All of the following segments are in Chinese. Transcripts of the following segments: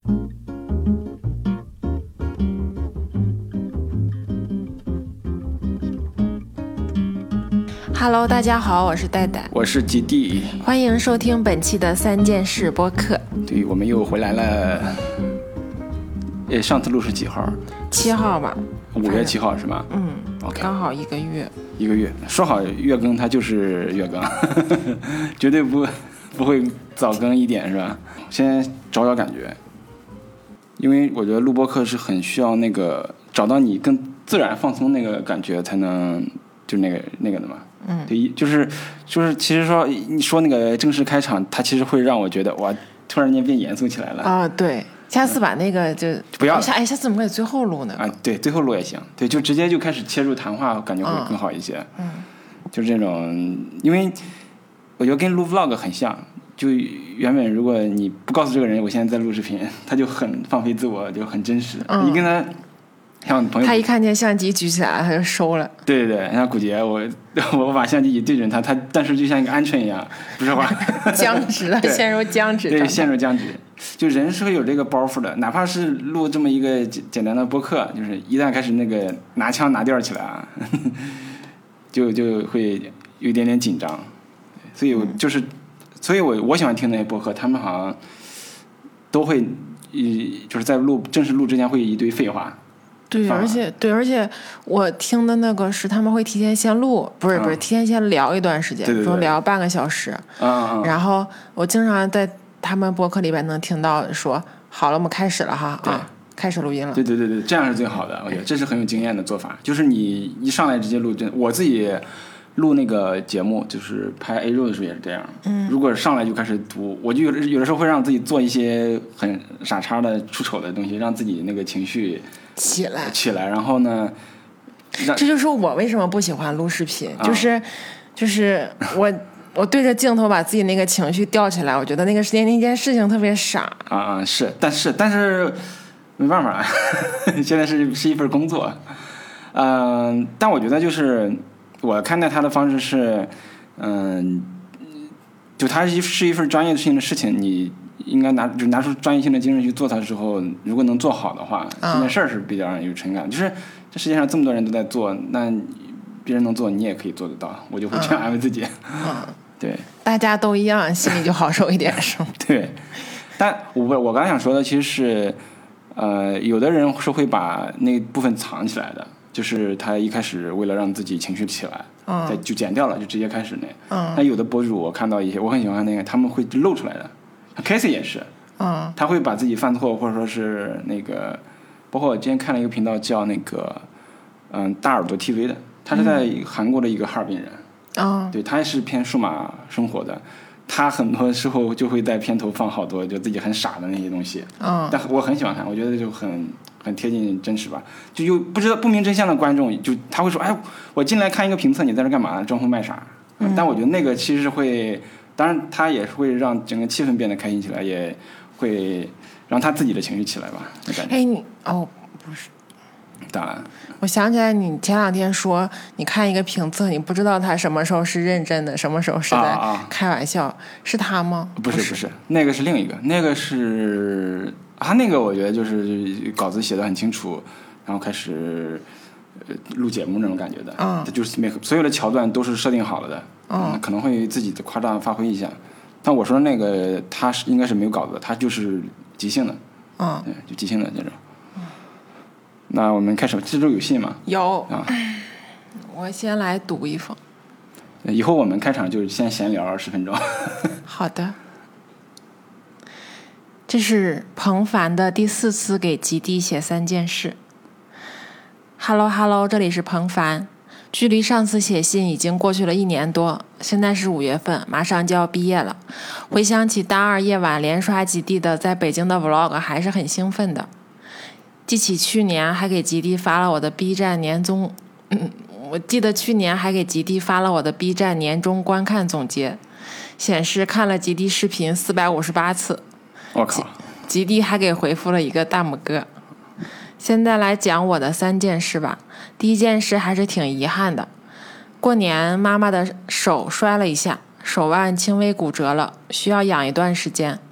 Hello， 大家好，我是戴戴， 我是吉弟， 欢迎收听本期的三件事播客。 对，我们又回来了。上次录是几号 ？7号吧 ，5月7号是吧？OK， 刚好一个月。 说好月更，它就是月更，绝对不会早更一点是吧？先找找感觉，因为我觉得录播客是很需要那个找到你更自然放松那个感觉，才能就那个的嘛。对，就是其实说你说那个正式开场，它其实会让我觉得哇，突然间变严肃起来了啊。对，下次把那个就不要下次我们可以最后录那个啊。对，最后录也行。对，就直接就开始切入谈话，感觉会更好一些。就是这种，因为我觉得跟录 vlog 很像。就原本如果你不告诉这个人我现在在录视频，他就很放飞自我，就很真实。你跟他像朋友， 他一看见相机举起来他就收了。 对，像古杰，我把相机一对准他但是就像一个鹌鹑一样，不说话， 僵直了，陷入僵直。 对，陷入僵直。就人是会有这个包袱的，哪怕是录这么一个简单的播客，就是一旦开始那个拿腔拿调起来啊，就会有一点点紧张。所以我喜欢听那些播客，他们好像都会就是在正式录之前会一堆废话。 对，而且我听的那个是他们会提前先录，不是提前先聊一段时间，比如说聊半个小时。然后我经常在他们播客里边能听到说，好了，我们开始了哈，开始录音了。 对，这样是最好的，我觉得这是很有经验的做法。就是你一上来直接录，我自己录那个节目，就是拍 A 肉的时候也是这样。如果上来就开始读，我就有的时候会让自己做一些很傻叉的出丑的东西，让自己那个情绪起来，然后呢， 这就是我为什么不喜欢录视频，就是我对着镜头把自己那个情绪吊起来，我觉得那件事情特别傻是，但是没办法，现在是一份工作。但我觉得就是我看待他的方式是，就它是一份专业性的事情，你应该拿出专业性的精神去做它的时候，如果能做好的话，这件事儿是比较让人有成感。就是这世界上这么多人都在做，那别人能做，你也可以做得到。我就会这样安慰自己。对， 大家都一样，心里就好受一点，是吗？ 对，但我刚才想说的其实是，有的人是会把那部分藏起来的，就是他一开始为了让自己情绪起来，就剪掉了，就直接开始那。但有的博主我看到一些，我很喜欢那个，他们会露出来的。Casey 也是，他会把自己犯错，或者说是那个，包括我今天看了一个频道叫那个，大耳朵 TV 的，他是在韩国的一个哈尔滨人。对，他也是偏数码生活的，他很多时候就会在片头放好多就自己很傻的那些东西。但我很喜欢看，我觉得就很贴近真实吧。就有不明真相的观众，就他会说，哎，我进来看一个评测，你在这干嘛？装疯卖傻。但我觉得那个其实是会，当然他也会让整个气氛变得开心起来，也会让他自己的情绪起来吧。感觉。 不是。 当然， 我想起来，你前2天说你看一个评测，你不知道他什么时候是认真的，什么时候是在开玩笑，是他吗？ 不是，那个是另一个，那个是他那个我觉得就是稿子写得很清楚，然后开始录节目那种感觉的，就是所有的桥段都是设定好了的，可能会自己的夸张发挥一下。但我说那个他应该是没有稿子的，他就是即兴的，对，就即兴的这种。那我们开始，这周有信吗？ 有我先来读一封。 以后我们开场就先闲聊10分钟。 好的。这是彭凡的第4次给吉弟写3件事。Hello， 这里是彭凡。距离上次写信已经过去了1年多，现在是5月份，马上就要毕业了。回想起大2夜晚连刷吉弟的在北京的 vlog， 还是很兴奋的。记起去年还给吉弟发了我的 B 站年终，我记得去年还给吉弟发了我的 B 站年终观看总结，显示看了吉弟视频458次。 我靠！ 吉弟还给回复了一个大拇哥。现在来讲我的3件事吧。第一件事还是挺遗憾的，过年妈妈的手摔了一下，手腕轻微骨折了，需要养一段时间。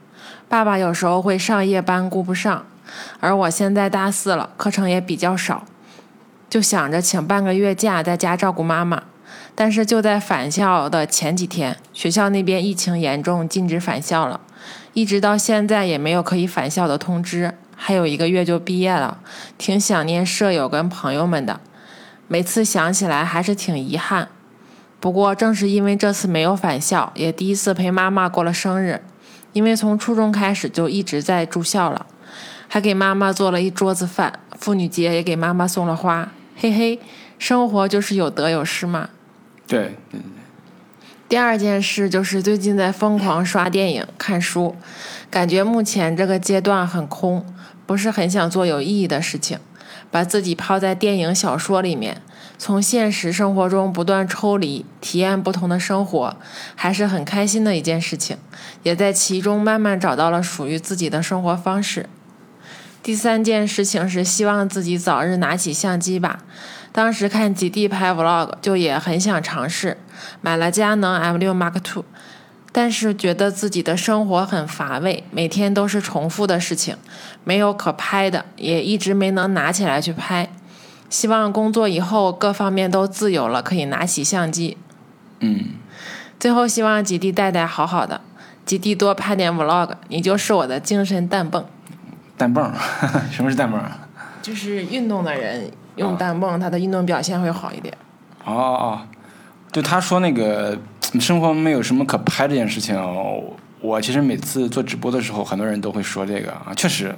爸爸有时候会上夜班顾不上，而我现在大4了，课程也比较少，就想着请半个月假在家照顾妈妈。但是就在返校的前几天，学校那边疫情严重，禁止返校了，一直到现在也没有可以返校的通知，还有1个月就毕业了，挺想念舍友跟朋友们的，每次想起来还是挺遗憾。不过正是因为这次没有返校，也第一次陪妈妈过了生日，因为从初中开始就一直在住校了，还给妈妈做了一桌子饭，妇女节也给妈妈送了花，嘿嘿，生活就是有得有失嘛。 对。 第二件事就是最近在疯狂刷电影看书，感觉目前这个阶段很空，不是很想做有意义的事情，把自己泡在电影小说里面，从现实生活中不断抽离，体验不同的生活，还是很开心的一件事情，也在其中慢慢找到了属于自己的生活方式。第3件事情是希望自己早日拿起相机吧，当时看几弟拍 vlog 就也很想尝试，买了佳能 M6 Mark II， 但是觉得自己的生活很乏味，每天都是重复的事情，没有可拍的，也一直没能拿起来去拍。希望工作以后各方面都自由了，可以拿起相机。最后希望几弟带带好好的，几弟多拍点 vlog， 你就是我的精神弹泵。 弹泵？什么是弹泵？ 就是运动的人用弹泵，他的运动表现会好一点。 对，他说那个生活没有什么可拍这件事情，我其实每次做直播的时候，很多人都会说这个啊，确实，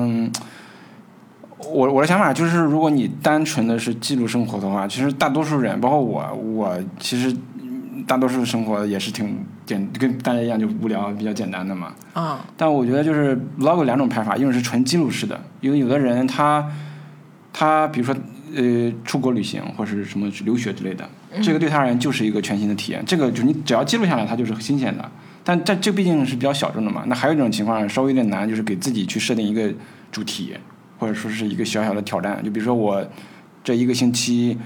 我的想法就是，如果你单纯的是记录生活的话，其实大多数人，包括我其实大多数生活也是挺跟大家一样就无聊比较简单的嘛。但我觉得就是 vlog 有2种拍法，一种是纯记录式的，因为有的人他比如说出国旅行或是什么留学之类的，这个对他而言就是一个全新的体验，这个就是你只要记录下来，它就是新鲜的。但这毕竟是比较小众的嘛。那还有一种情况稍微有点难，就是给自己去设定一个主题，或者说是一个小小的挑战。就比如说我这1个星期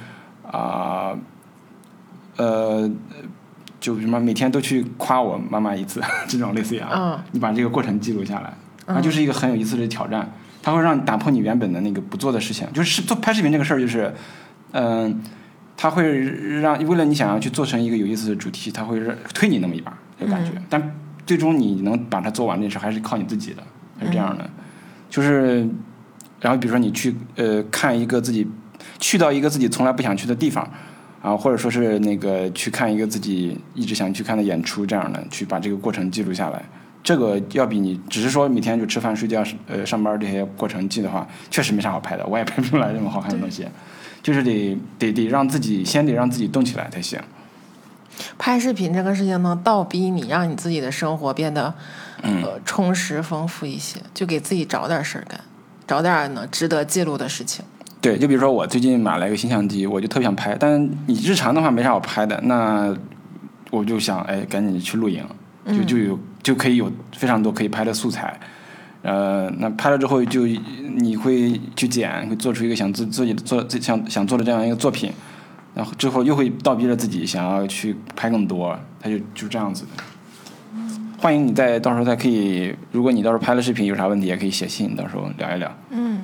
就什么每天都去夸我妈妈一次，这种类似于你把这个过程记录下来，那就是一个很有意思的挑战。它会让你打破你原本的那个不做的事情，就是做拍视频这个事儿，就是它会让为了你想要去做成一个有意思的主题，它会推你那么一把的感觉，但最终你能把它做完这事还是靠你自己的，是这样的。就是然后比如说你去看一个自己去到一个自己从来不想去的地方啊，或者说是那个去看一个自己一直想去看的演出，这样的去把这个过程记录下来，这个要比你只是说每天就吃饭睡觉上班这些过程记的话，确实没啥好拍的，我也拍不出来这么好看的东西。就是得让自己先得让自己动起来才行。 拍视频这个事情能倒逼你，让你自己的生活变得充实丰富一些，就给自己找点事儿干，找点值得记录的事情。 对，就比如说我最近买了一个新相机，我就特别想拍，但你日常的话没啥好拍的，那我就想赶紧去露营，就可以有非常多可以拍的素材。那拍了之后你会去剪，会做出一个想想做的这样一个作品，然后之后又会倒逼着自己想要去拍更多，它就这样子的。欢迎你到时候再可以，如果你到时候拍了视频有啥问题也可以写信，到时候聊一聊。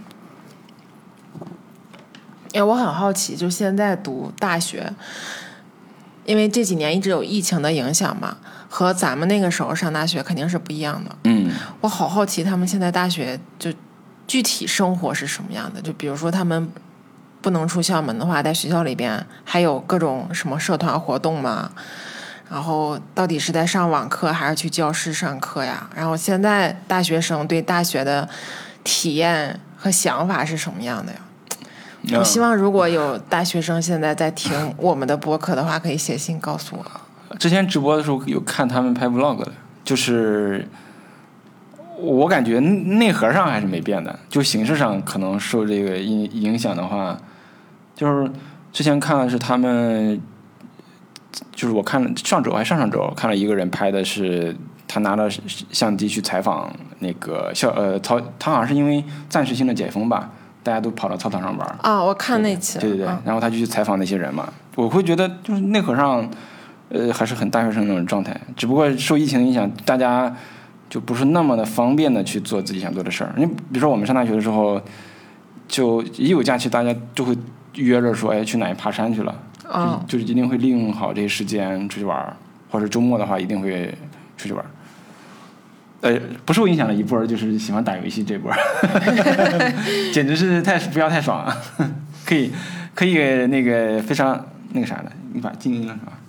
我很好奇，就现在读大学，因为这几年一直有疫情的影响嘛，和咱们那个时候上大学肯定是不一样的。我好好奇他们现在大学就具体生活是什么样的，就比如说他们不能出校门的话，在学校里边还有各种什么社团活动吗？然后到底是在上网课还是去教室上课呀？然后现在大学生对大学的体验和想法是什么样的呀？我希望如果有大学生现在在听我们的播客的话，可以写信告诉我。 之前直播的时候有看他们拍 vlog 的，就是我感觉内核上还是没变的，就形式上可能受这个影响的话，就是之前看的是他们，就是我看上上周看了一个人拍的是他拿了相机去采访那个他好像是因为暂时性的解封吧，大家都跑到操场上玩我看那期对，然后他就去采访那些人嘛，我会觉得就是内核上还是很大学生那种状态，只不过受疫情影响，大家就不是那么的方便的去做自己想做的事儿。你比如说我们上大学的时候，就一有假期，大家就会约着说，哎，去哪里爬山去了，就是一定会利用好这些时间出去玩，或者周末的话一定会出去玩。不受影响的一波就是喜欢打游戏这波，简直是不要太爽了，可以那个非常那个啥的，你把静音了是吧？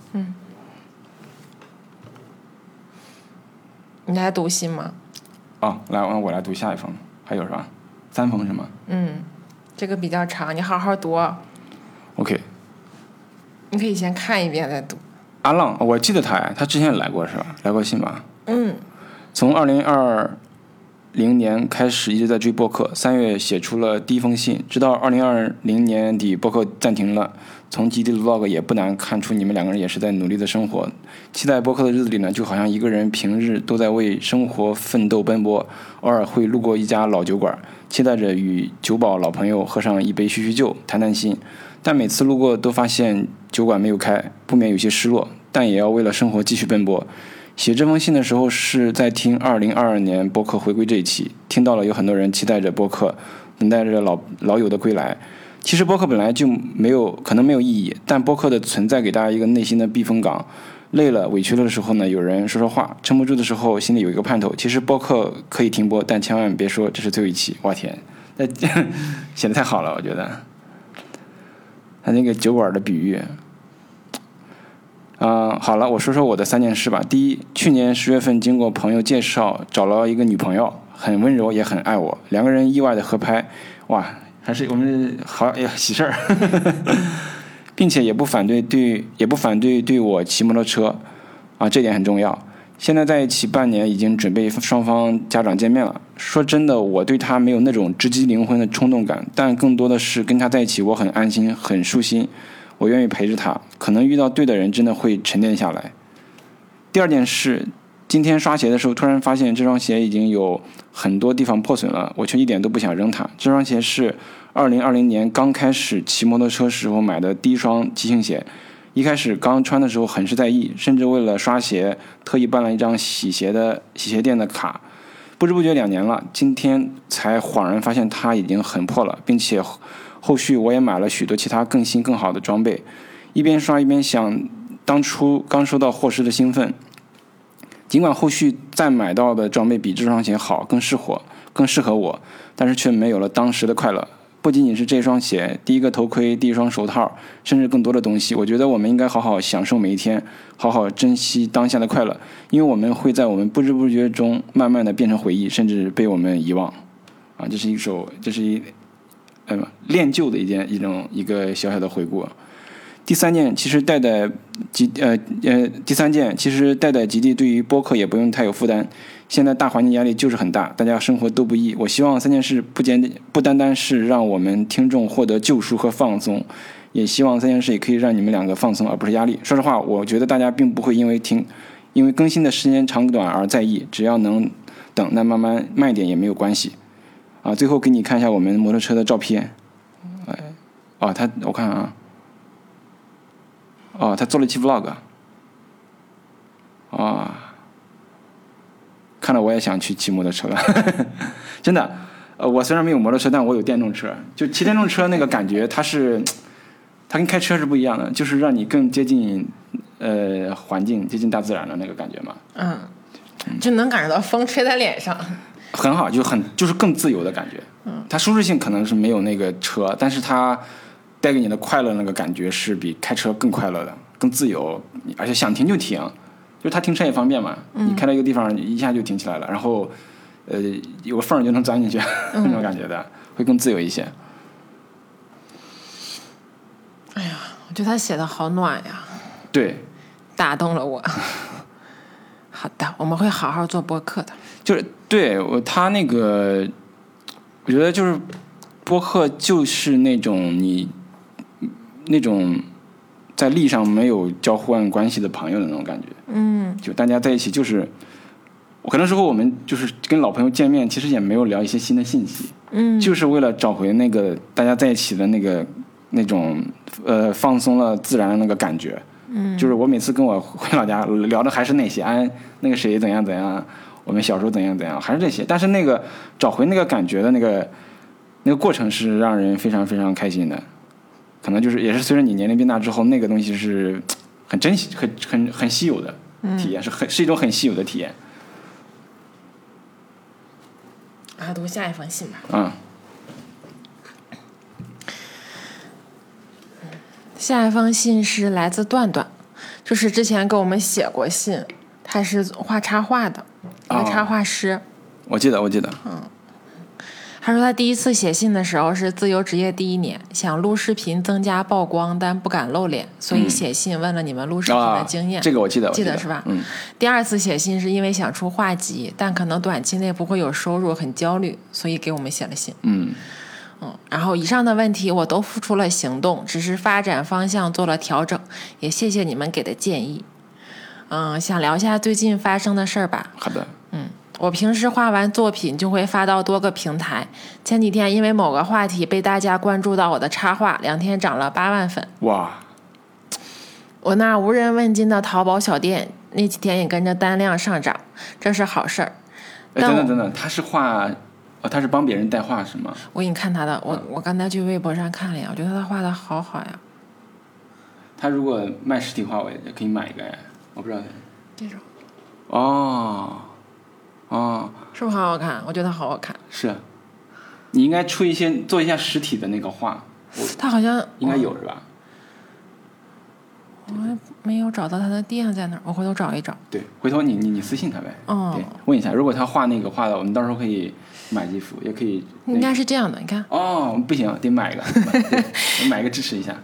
你来读信吗？ 来，我来读下一封，还有是吧？3封是吗？ 这个比较长，你好好读。 OK。 你可以先看一遍再读。 阿浪，我记得他之前也来过是吧？来过信吧？从2020年开始一直在追播客，3月写出了第一封信，直到2020年底播客暂停了。从基地的 vlog 也不难看出你们2个人也是在努力的生活。期待播客的日子里呢，就好像一个人平日都在为生活奋斗奔波，偶尔会路过一家老酒馆，期待着与酒保老朋友喝上一杯叙叙旧，谈谈心。但每次路过都发现酒馆没有开，不免有些失落，但也要为了生活继续奔波。写这封信的时候是在听2022年播客回归这一期，听到了有很多人期待着播客，等待着老友的归来。其实播客本来就可能没有意义，但播客的存在给大家一个内心的避风港。累了委屈了的时候呢，有人说话，撑不住的时候心里有一个盼头。其实播客可以停播，但千万别说这是最后一期。哇天，写得太好了，我觉得他那个酒馆的比喻。好了，我说说我的3件事吧。第一，去年10月份经过朋友介绍找了一个女朋友，很温柔也很爱我，2个人意外的合拍，哇，还是我们好喜事儿，并且也不反对对我骑摩托车这点很重要。现在在一起半年，已经准备双方家长见面了。说真的，我对他没有那种直击灵魂的冲动感，但更多的是跟他在一起我很安心很舒心，我愿意陪着他，可能遇到对的人真的会沉淀下来。第2件事，今天刷鞋的时候突然发现这双鞋已经有很多地方破损了，我却一点都不想扔它。这双鞋是2020年刚开始骑摩托车时候买的第一双骑行鞋，一开始刚穿的时候很是在意，甚至为了刷鞋特意办了一张洗鞋店的卡。不知不觉2年了，今天才恍然发现它已经很破了，并且后续我也买了许多其他更新更好的装备。一边刷一边想当初刚收到货时的兴奋，尽管后续再买到的装备比这双鞋好，更适合我，但是却没有了当时的快乐。不仅仅是这双鞋，第一个头盔，第一双手套，甚至更多的东西。我觉得我们应该好好享受每一天，好好珍惜当下的快乐，因为我们会在我们不知不觉中慢慢的变成回忆，甚至被我们遗忘。这是练就的一个小小的回顾。第三件，其实代代极地对于播客也不用太有负担。现在大环境压力就是很大，大家生活都不易。我希望3件事不单单是让我们听众获得救赎和放松，也希望3件事也可以让你们2个放松，而不是压力。说实话，我觉得大家并不会因为更新的时间长短而在意，只要能等，那慢一点也没有关系。最后给你看一下我们摩托车的照片。我看他做了一期 vlog。看了我也想去骑摩托车了。真的，我虽然没有摩托车，但我有电动车。就骑电动车那个感觉，它跟开车是不一样的，就是让你更接近环境，接近大自然的那个感觉嘛。 就能感受到风吹在脸上， 很好，就是更自由的感觉。它舒适性可能是没有那个车，但是它带给你的快乐那个感觉是比开车更快乐的，更自由，而且想停就停。就是它停车也方便嘛，你开到一个地方一下就停起来了，然后有个缝就能钻进去，那种感觉的，会更自由一些。 哎呀，我觉得他写的好暖呀， 对， 打动了我。好的，我们会好好做播客的。 就是对他那个，我觉得就是播客就是那种在力上没有交换关系的朋友的那种感觉。就大家在一起，就是可能时候我们就是跟老朋友见面，其实也没有聊一些新的信息，就是为了找回那个大家在一起的那种放松了自然的那个感觉。就是我每次跟我回老家聊的还是那些那个谁怎样怎样， 我们小时候怎样怎样，还是这些。但是那个找回那个感觉的那个过程是让人非常非常开心的。可能就是也是随着你年龄变大之后，那个东西是很珍惜、很稀有的体验，是一种很稀有的体验。 读下一封信吧。下一封信是来自段段，就是之前给我们写过信，他是画插画的，一个插画师。 我记得。 他说他第一次写信的时候是自由职业第1年，想录视频增加曝光，但不敢露脸，所以写信问了你们录视频的经验。 这个我记得是吧？第2次写信是因为想出画集，但可能短期内不会有收入，很焦虑，所以给我们写了信。然后以上的问题我都付出了行动，只是发展方向做了调整，也谢谢你们给的建议。想聊一下最近发生的事儿吧。 好的。 我平时画完作品就会发到多个平台，前几天因为某个话题被大家关注到我的插画，2天涨了8万粉。 哇！ 我那无人问津的淘宝小店那几天也跟着单量上涨，这是好事儿。 等等，他是画，他是帮别人带画是吗？ 我给你看他的，我刚才去微博上看了一眼，我觉得他画的好好呀。 他如果卖实体画，我也可以买一个呀，我不知道。 这种。是不是好好看？我觉得好好看。 是，你应该做一下实体的那个画。 他好像应该有是吧？ 我没有找到他的店在哪儿，我回头找一找。 对，回头你私信他呗。对，问一下，如果他画那个画的，我们到时候可以买几幅，也可以。 应该是这样的，你看。 不行，得买一个，买一个支持一下。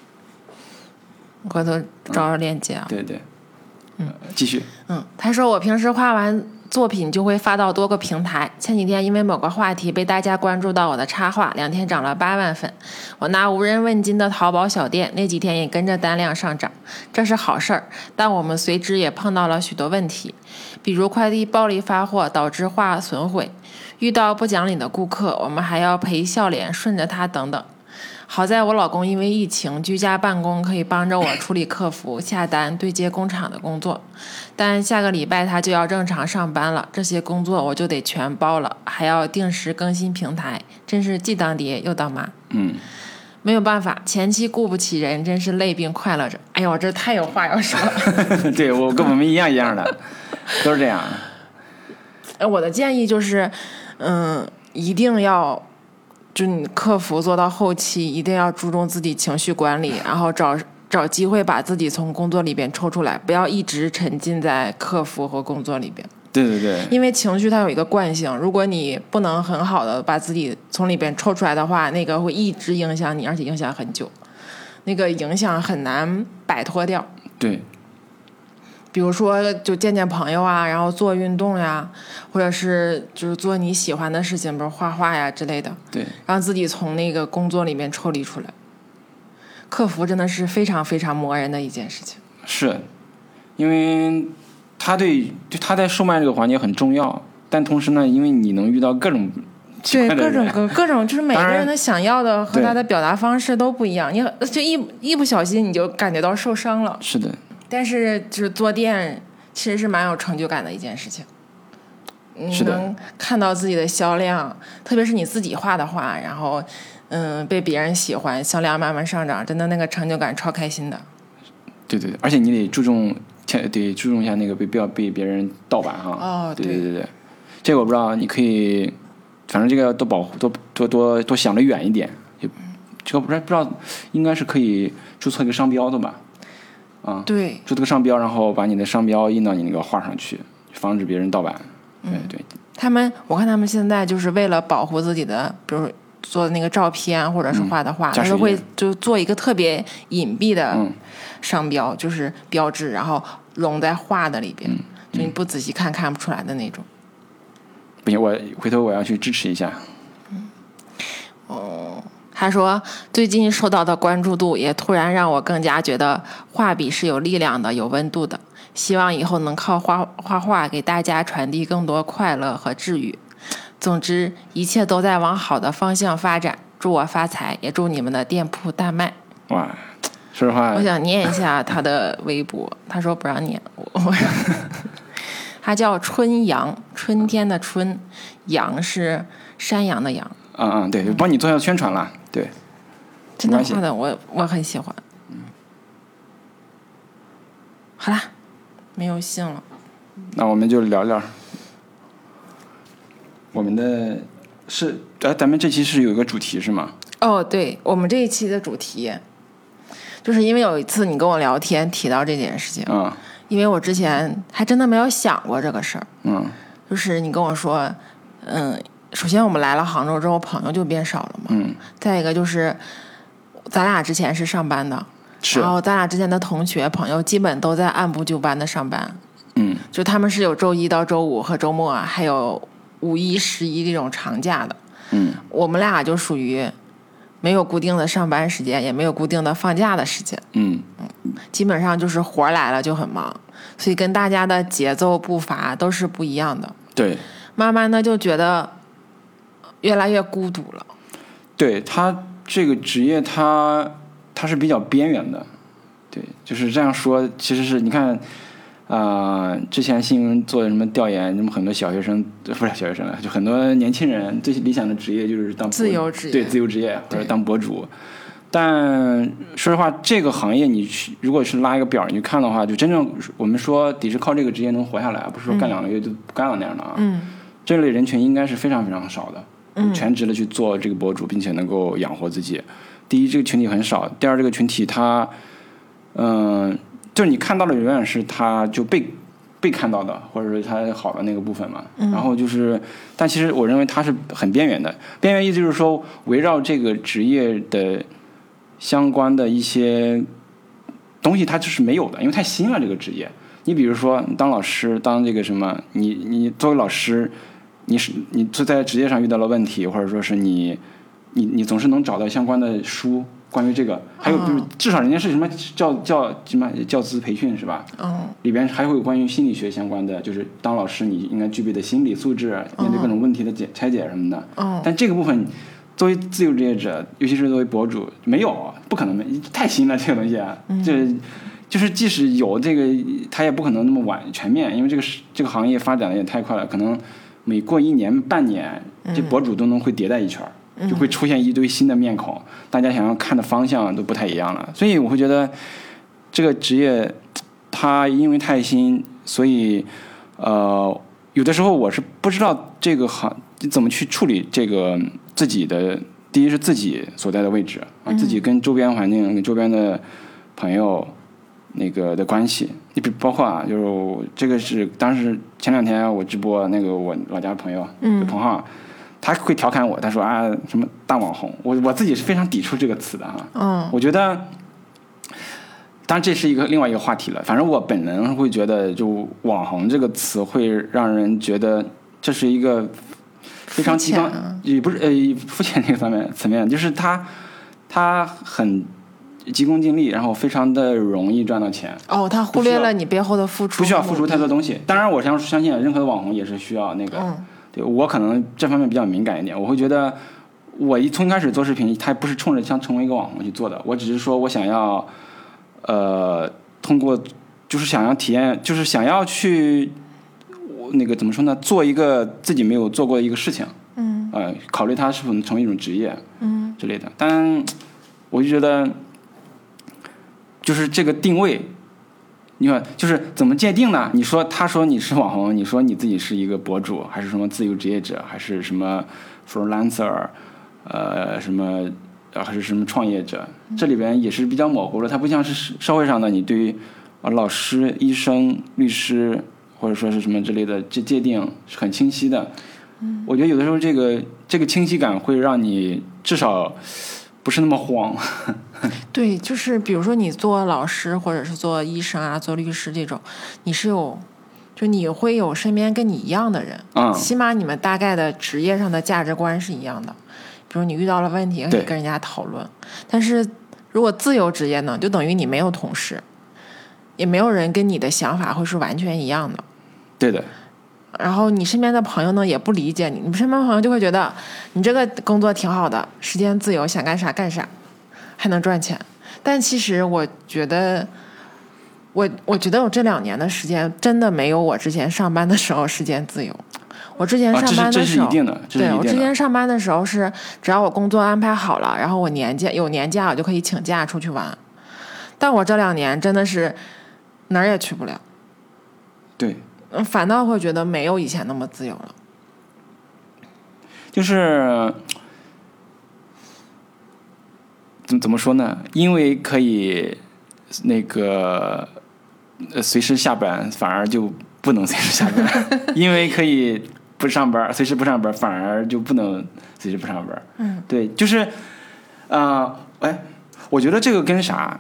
回头找找链接啊。 对。继续。 他说我平时画完作品就会发到多个平台，前几天因为某个话题被大家关注到我的插画，2天涨了8万粉。我那无人问津的淘宝小店那几天也跟着单量上涨，这是好事儿，但我们随之也碰到了许多问题，比如快递暴力发货导致画损毁，遇到不讲理的顾客，我们还要赔笑脸顺着他等等。好在我老公因为疫情居家办公，可以帮着我处理客服、下单、对接工厂的工作，但下个礼拜他就要正常上班了，这些工作我就得全包了，还要定时更新平台，真是既当爹又当妈。没有办法，前期顾不起人，真是累并快乐着。哎呦，这太有话要说了。 对，我跟我们一样的，都是这样。 我的建议就是，一定要。就你客服做到后期一定要注重自己情绪管理，然后找机会把自己从工作里边抽出来，不要一直沉浸在客服和工作里边。 对， 因为情绪它有一个惯性，如果你不能很好的把自己从里边抽出来的话，那个会一直影响你，而且影响很久，那个影响很难摆脱掉。 对， 比如说就见见朋友啊，然后做运动呀，或者是就是做你喜欢的事情，比如画画呀之类的。 对， 让自己从那个工作里面抽离出来。客服真的是非常非常磨人的一件事情。 是，因为他在售卖这个环节很重要，但同时呢，因为你能遇到各种奇怪的人， 各种就是每个人的想要的和他的表达方式都不一样，你就一不小心你就感觉到受伤了。 是的。 但是就是做店其实是蛮有成就感的一件事情，你能看到自己的销量，特别是你自己画的画，然后被别人喜欢，销量慢慢上涨，真的那个成就感超开心的。对， 而且你得注重一下那个不要被别人盗版哈。对，这个我不知道，你可以，反正这个要多保护，多想得远一点。这个不知道应该是可以注册一个商标的吧？ 对， 注册个商标，然后把你的商标印到你那个画上去，防止别人盗版。对。 我看他们现在就是为了保护自己的，比如做那个照片或者是画的画，他都会就做一个特别隐蔽的商标，就是标志，然后融在画的里边，就你不仔细看不出来的那种。 不行，回头我要去支持一下。 他说最近受到的关注度也突然让我更加觉得画笔是有力量的，有温度的，希望以后能靠画画给大家传递更多快乐和治愈。总之一切都在往好的方向发展，祝我发财，也祝你们的店铺大卖。 哇，说实话我想念一下他的微博，他说不让念， 它叫春阳，春天的春，阳是山羊的羊。 对，帮你做下宣传了，对。 真的画的我很喜欢。好啦，没有信了。 那我们就聊聊我们的咱们这期是有一个主题是吗？ 对，我们这一期的主题就是因为有一次你跟我聊天提到这件事情，因为我之前还真的没有想过这个事儿，就是你跟我说，首先我们来了杭州之后朋友就变少了嘛，再一个就是咱俩之前是上班的，然后咱俩之前的同学朋友基本都在按部就班的上班，就他们是有周一到周五和周末还有5、1、11这种长假的，我们俩就属于没有固定的上班时间，也没有固定的放假的时间，基本上就是活来了就很忙，所以跟大家的节奏步伐都是不一样的。 对， 慢慢的就觉得越来越孤独了。 对，他这个职业他是比较边缘的，对，就是这样说，其实是你看。之前新闻做什么调研，什么很多小学生不是小学生了，就很多年轻人最理想的职业就是当自由职业， 对，自由职业或者当博主。但说实话，这个行业你如果是拉一个表你去看的话，就真正我们说得是靠这个职业能活下来，不是说干2个月就不干了那样的啊。这类人群应该是非常非常少的，全职的去做这个博主，并且能够养活自己。第一，这个群体很少；第二，这个群体它，就是你看到的永远是他就被看到的，或者是他好的那个部分嘛。然后就是，但其实我认为他是很边缘的。边缘意思就是说，围绕这个职业的相关的一些东西，它就是没有的，因为太新了这个职业。你比如说当老师，当这个什么，你作为老师，你在职业上遇到了问题，或者说是你总是能找到相关的书。关于这个，还有就是至少人家是什么教资培训是吧？里边还会有关于心理学相关的，就是当老师你应该具备的心理素质，面对各种问题的拆解什么的。但这个部分作为自由职业者，尤其是作为博主，没有，不可能，太新了这个东西啊。就是即使有这个，它也不可能那么全面，因为这个行业发展的也太快了，可能每过1年半年，这博主都能会迭代一圈。就会出现一堆新的面孔，大家想要看的方向都不太一样了，所以我会觉得这个职业它因为太新，所以有的时候我是不知道这个怎么去处理这个自己的，第一是自己所在的位置自己跟周边环境、跟周边的朋友那个的关系，你比包括就是这个是当时前2天我直播那个我老家朋友就彭浩。他会调侃我，他说什么大网红，我自己是非常抵触这个词的我觉得，当然这是另外一个话题了。反正我本人会觉得，就网红这个词会让人觉得这是一个非常极端，也不是肤浅那个层面，就是他很急功近利，然后非常的容易赚到钱。 他忽略了你背后的付出， 不需要付出太多东西。当然，我相信任何的网红也是需要那个。对，我可能这方面比较敏感一点，我会觉得我从开始做视频，它不是冲着想成为一个网红去做的，我只是说我想要通过就是想要体验，就是想要去那个怎么说呢，做一个自己没有做过的一个事情，考虑它是否能成为一种职业，之类的。但我就觉得就是这个定位。你看，就是怎么界定呢？他说你是网红，你说你自己是一个博主，还是什么自由职业者，还是什么 freelancer， 什么还是什么创业者？这里边也是比较模糊的，它不像是社会上的你对于老师、医生、律师或者说是什么之类的这界定是很清晰的。我觉得有的时候这个清晰感会让你至少不是那么慌。 对，就是比如说你做老师或者是做医生做律师这种，你会有身边跟你一样的人，起码你们大概的职业上的价值观是一样的，比如你遇到了问题可以跟人家讨论。但是如果自由职业呢，就等于你没有同事，也没有人跟你的想法会是完全一样的。 对的。 然后你身边的朋友呢也不理解你，你身边朋友就会觉得你这个工作挺好的，时间自由，想干啥干啥，还能赚钱。但其实我觉得我觉得我这2年的时间真的没有我之前上班的时候时间自由。我之前上班的时候， 这是一定的， 对，我之前上班的时候是，只要我工作安排好了，然后我有年假，我就可以请假出去玩。但我这2年真的是哪儿也去不了。 对， 反倒会觉得没有以前那么自由了。 就是怎么说呢？因为可以那个随时下班，反而就不能随时下班；因为可以不上班，随时不上班，反而就不能随时不上班。对，就是我觉得这个跟啥？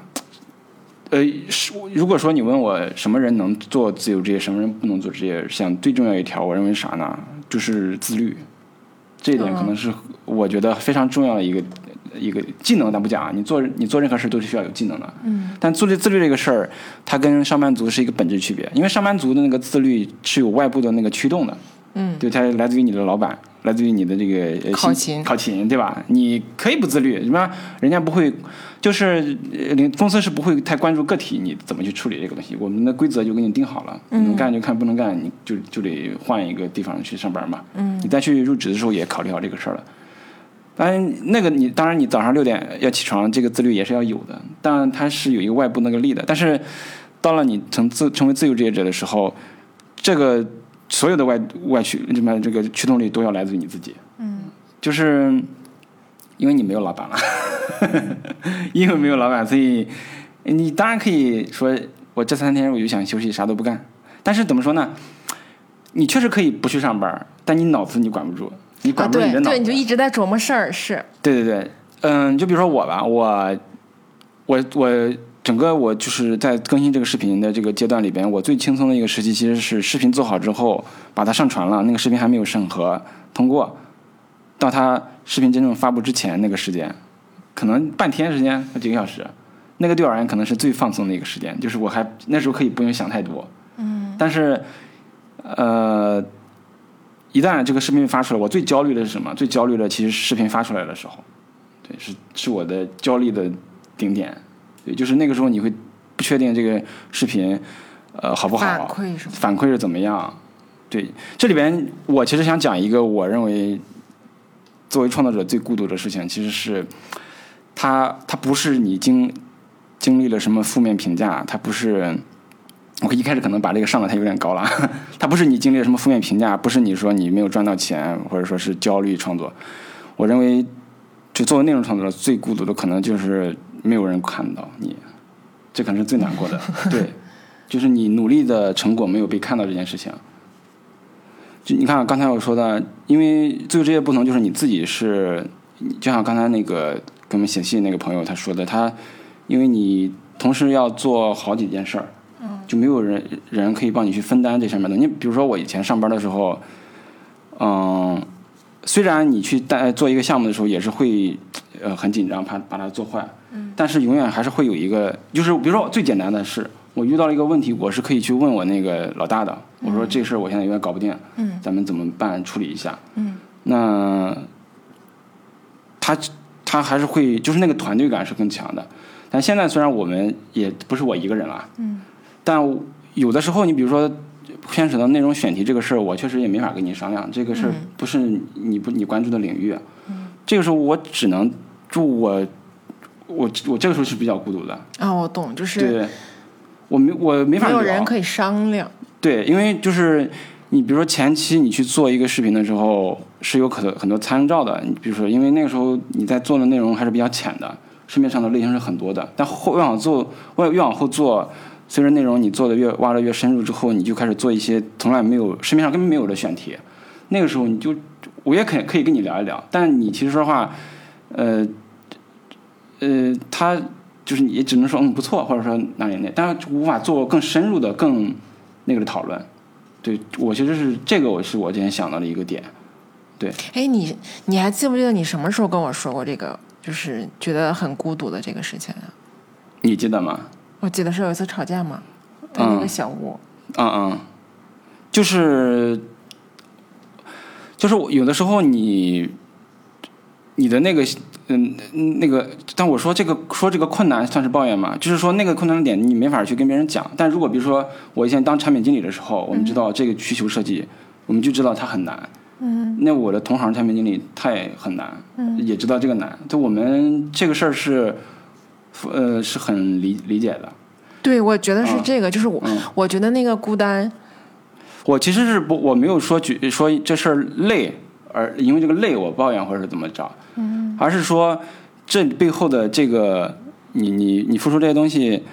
如果说你问我什么人能做自由职业，什么人不能做职业，想最重要一条，我认为啥呢？就是自律。这一点可能是我觉得非常重要的一个技能，咱不讲，你做任何事都是需要有技能的。但自律这个事儿，它跟上班族是一个本质区别，因为上班族的那个自律是有外部的那个驱动的。对，它来自于你的老板，来自于你的这个考勤，对吧？你可以不自律，什么人家不会，就是公司是不会太关注个体你怎么去处理这个东西，我们的规则就给你定好了，能干就看，不能干你就得换一个地方去上班嘛。你再去入职的时候也考虑好这个事儿了。当然你早上6点要起床，这个自律也是要有的，当然它是有一个外部那个力的，但是到了你成为自由职业者的时候，这个所有的外驱这个驱动力都要来自于你自己。就是因为你没有老板了，因为没有老板，所以你当然可以说我这3天我就想休息，啥都不干。但是怎么说呢？你确实可以不去上班，但你脑子你管不住，你管不住你的脑子。 对，你就一直在琢磨事儿，是。 对，就比如说我吧，我整个我就是在更新这个视频的这个阶段里边，我最轻松的一个时期其实是视频做好之后把它上传了，那个视频还没有审核通过，到它视频真正发布之前那个时间，可能半天时间和几个小时，那个对我而言可能是最放松的一个时间，就是我那时候可以不用想太多。但是一旦这个视频发出来，我最焦虑的是什么？最焦虑的其实是视频发出来的时候，对，是我的焦虑的顶点。对，就是那个时候你会不确定这个视频好不好，反馈是怎么样。对，这里边我其实想讲一个我认为作为创作者最孤独的事情，其实是它不是你经历了什么负面评价，它不是我一开始可能把这个上的太有点高了，它不是你经历了什么负面评价，不是你说你没有赚到钱，或者说是焦虑创作。我认为就作为内容创作者最孤独的可能就是没有人看到你，这可能是最难过的。对，就是你努力的成果没有被看到这件事情。就你看刚才我说的，因为自由职业不同，就是你自己是，就像刚才那个给我们写信那个朋友他说的，他因为你同时要做好几件事儿，就没有人可以帮你去分担这上面的。你比如说我以前上班的时候，虽然你去做一个项目的时候也是会很紧张，怕把它做坏，但是永远还是会有一个，就是比如说最简单的是我遇到了一个问题，我是可以去问我那个老大的，我说这事儿我现在有点搞不定，咱们怎么办处理一下。那他还是会，就是那个团队感是更强的。但现在虽然我们也不是我一个人了，但有的时候你比如说牵扯到内容选题这个事儿，我确实也没法跟你商量，这个事儿不是你关注的领域。这个时候我只能就我这个时候是比较孤独的。 我懂，就是对，我没法聊， 没有人可以商量。 对，因为就是你比如说前期你去做一个视频的时候是有很多参照的，你比如说因为那个时候你在做的内容还是比较浅的，市面上的类型是很多的，但越往后做，随着内容你做的挖的越深入之后，你就开始做一些从来没有市面上根本没有的选题，那个时候我也可以跟你聊一聊，但你其实说话他就是也只能说不错，或者说哪里，但是无法做更深入的更那个的讨论。对，我其实是这个是我之前想到的一个点。对， 你还记不记得你什么时候跟我说过这个就是觉得很孤独的这个事情啊？ 你记得吗？ 我记得是有一次吵架嘛，在那个小屋。 就是有的时候你你的那个那个，但我说这个困难算是抱怨吗？就是说那个困难的点你没法去跟别人讲。但如果比如说我以前当产品经理的时候，我们知道这个需求设计，我们就知道它很难。那我的同行产品经理他也很难，也知道这个难。就我们这个事儿是很理解的。 对，我觉得是这个，就是我觉得那个孤单， 我其实是我没有说这事儿累，而因为这个累我抱怨或者是怎么着，而是说这背后的这个你付出这些东西，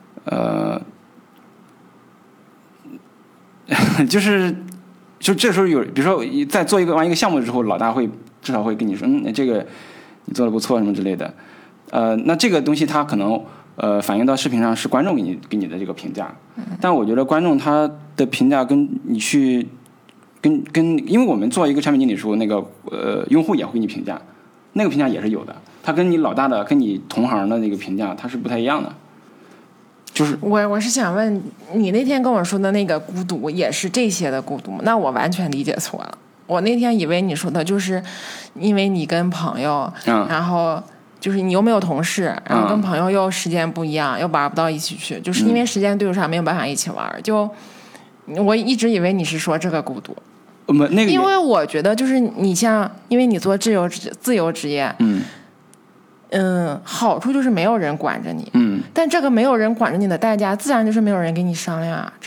就这时候比如说在做完一个项目的时候，老大至少会跟你说，这个你做的不错什么之类的，那这个东西它可能反映到视频上是观众给你的这个评价，但我觉得观众他的评价跟你去因为我们做一个产品经理的时候，那个用户也会给你评价，那个评价也是有的，他跟你老大的跟你同行的那个评价它是不太一样的。就是我是想问你那天跟我说的那个孤独也是这些的孤独吗？那我完全理解错了。我那天以为你说的就是因为你跟朋友，然后就是你又没有同事，然后跟朋友又时间不一样，又玩不到一起去，就是因为时间对不上，没有办法一起玩。就我一直以为你是说这个孤独。因为我觉得就是你像，因为你做自由职业，好处就是没有人管着你，但这个没有人管着你的代价，自然就是没有人跟你商量啊。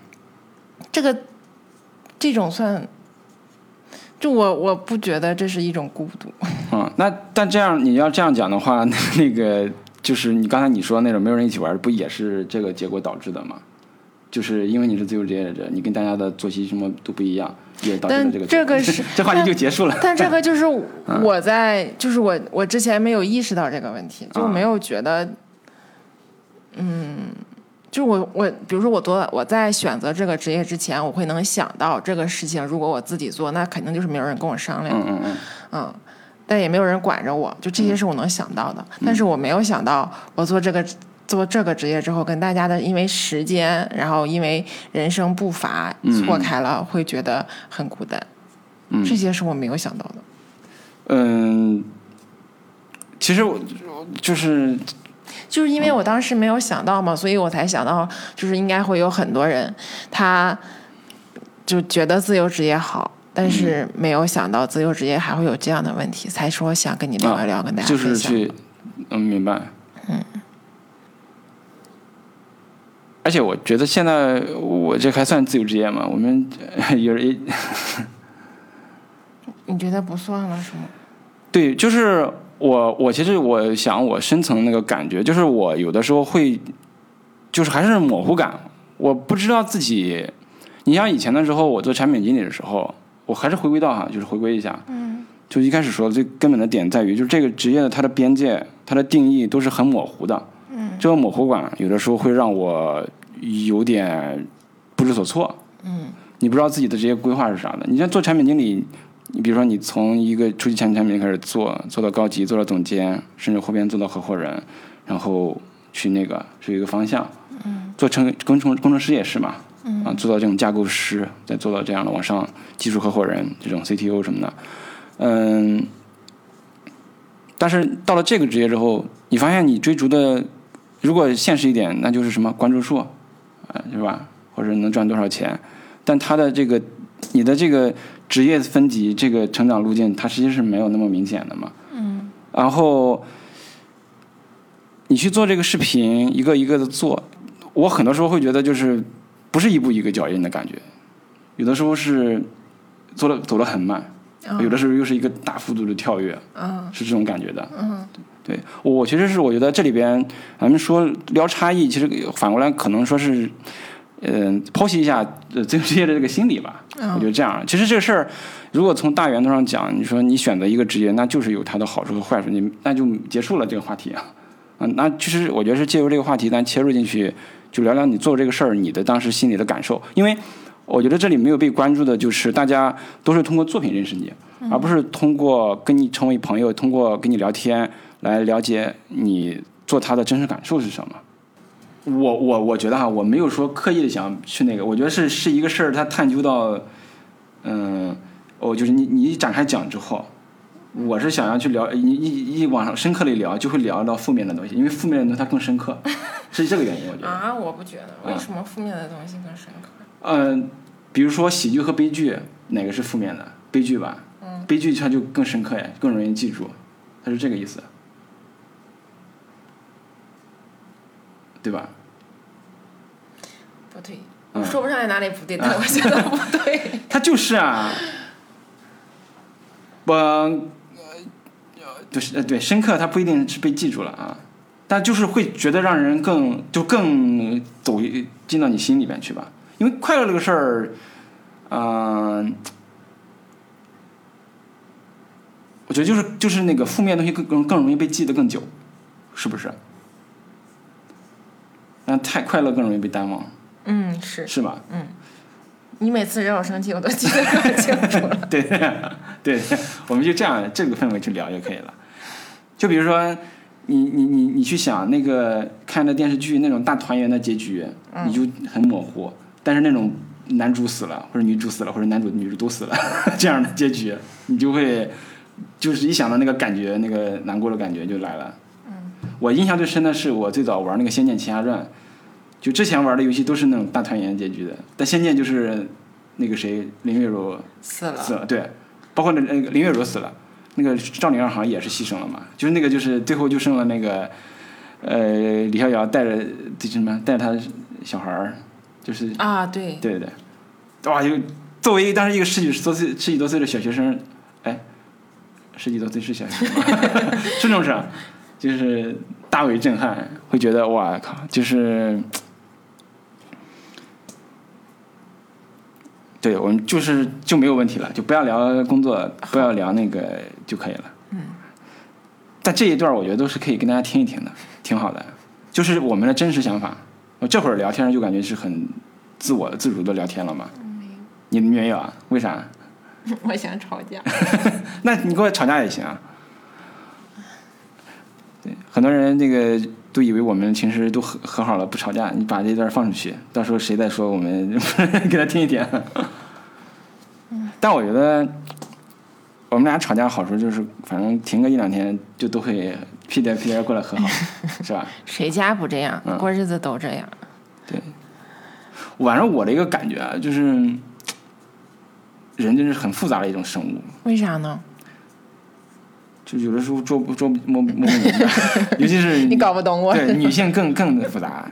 这种算，就我不觉得这是一种孤独。 但这样你要这样讲的话，那个就是你刚才你说那种没有人一起玩，不也是这个结果导致的吗？就是因为你是自由职业者，你跟大家的作息什么都不一样，也导致了这个。 这个是这话题就结束了。 但这个就是就是我之前没有意识到这个问题，就没有觉得，就是比如说我在选择这个职业之前，我会能想到这个事情，如果我自己做，那肯定就是没有人跟我商量，但也没有人管着我，就这些是我能想到的，但是我没有想到我做这个职业之后，跟大家的因为时间，然后因为人生步伐错开了，会觉得很孤单。这些是我没有想到的。 其实我就是因为我当时没有想到嘛，所以我才想到，就是应该会有很多人，他就觉得自由职业好，但是没有想到自由职业还会有这样的问题，才说想跟你聊一聊，跟大家分享。 就是明白。而且我觉得现在我这还算自由职业吗？我们有人， 你觉得不算了是吗？ 对，就是我其实我想我深层那个感觉，就是我有的时候会，就是还是模糊感，我不知道自己。你像以前的时候，我做产品经理的时候，我还是回归到就是回归一下，就一开始说最根本的点在于，就是这个职业的它的边界、它的定义都是很模糊的，这个模糊感有的时候会让我有点不知所措，你不知道自己的这些规划是啥的。你像做产品经理，你比如说你从一个初级产品开始做到高级，做到总监，甚至后边做到合伙人，然后去是一个方向，做成工程师也是嘛，做到这种架构师，再做到这样的往上技术合伙人这种 CTO 什么的，但是到了这个职业之后，你发现你追逐的，如果现实一点，那就是什么关注数，是吧？或者能赚多少钱？但它的你的这个职业分级，这个成长路径，它实际是没有那么明显的嘛。然后你去做这个视频，一个一个的做，我很多时候会觉得就是不是一步一个脚印的感觉，有的时候是走得很慢，有的时候又是一个大幅度的跳跃，是这种感觉的。对，我其实是我觉得这里边咱们说聊差异，其实反过来可能说是，剖析一下自由职业的这个心理吧。我觉得这样，其实这个事儿，如果从大源头上讲，你说你选择一个职业，那就是有它的好处和坏处，那就结束了这个话题啊。那其实我觉得是借由这个话题，咱切入进去，就聊聊你做这个事儿，你的当时心里的感受，因为我觉得这里没有被关注的就是大家都是通过作品认识你，而不是通过跟你成为朋友，通过跟你聊天来了解你做他的真实感受是什么。我觉得我没有说刻意的想去那个，我觉得是一个事儿，它探究到，就是你一展开讲之后， 我是想要去聊一往上深刻的聊，就会聊到负面的东西，因为负面的东西它更深刻，是这个原因我觉得。 啊，我不觉得，为什么负面的东西更深刻？ 比如说喜剧和悲剧，哪个是负面的？悲剧吧。悲剧它就更深刻呀，更容易记住，它是这个意思，对吧？ 不对，我说不上来哪里不对，但我觉得不对。 它就是啊，就是对，深刻它不一定是被记住了啊，但就是会觉得让人更进到你心里边去吧。因为快乐这个事儿，我觉得就是那个负面的东西更容易被记得更久，是不是？但太快乐更容易被淡忘。是吧？ 你每次惹我生气，我都记得更清楚了。 对，我们就这样这个氛围去聊就可以了。就比如说，你去想那个看的电视剧那种大团圆的结局，你就很模糊。但是那种男主死了，或者女主死了，或者男主女主都死了这样的结局，你就会就是一想到那个感觉，那个难过的感觉就来了。我印象最深的是我最早玩那个《仙剑奇侠传》。就之前玩的游戏都是那种大团圆结局的，但《仙剑》就是那个谁林月如死了，对，包括那个林月如死了，那个赵灵儿好像也是牺牲了嘛，就是那个就是最后就剩了那个李逍遥带着他小孩儿，就是啊对， 哇，就作为当时一个十几多岁的小学生，十几多岁是小学生吗？是这种事，就是大为震撼，会觉得哇靠，就是对我们就没有问题了，就不要聊工作，不要聊那个就可以了。但这一段我觉得都是可以跟大家听一听的，挺好的，就是我们的真实想法。我这会儿聊天就感觉是很自主的聊天了嘛。你没有啊？为啥？ 我想吵架。 那你跟我吵架也行啊。对，很多人那个都以为我们平时都和好了不吵架，你把这段放出去，到时候谁再说我们给他听一听。但我觉得我们俩吵架好处就是，反正停个1-2天就都会屁颠过来和好，是吧？ 谁家不这样？过日子都这样。 对，反正我的一个感觉啊，就是人真是很复杂的一种生物。 为啥呢？ 就有的时候摸不明白，尤其是你搞不懂我。 对，女性更复杂。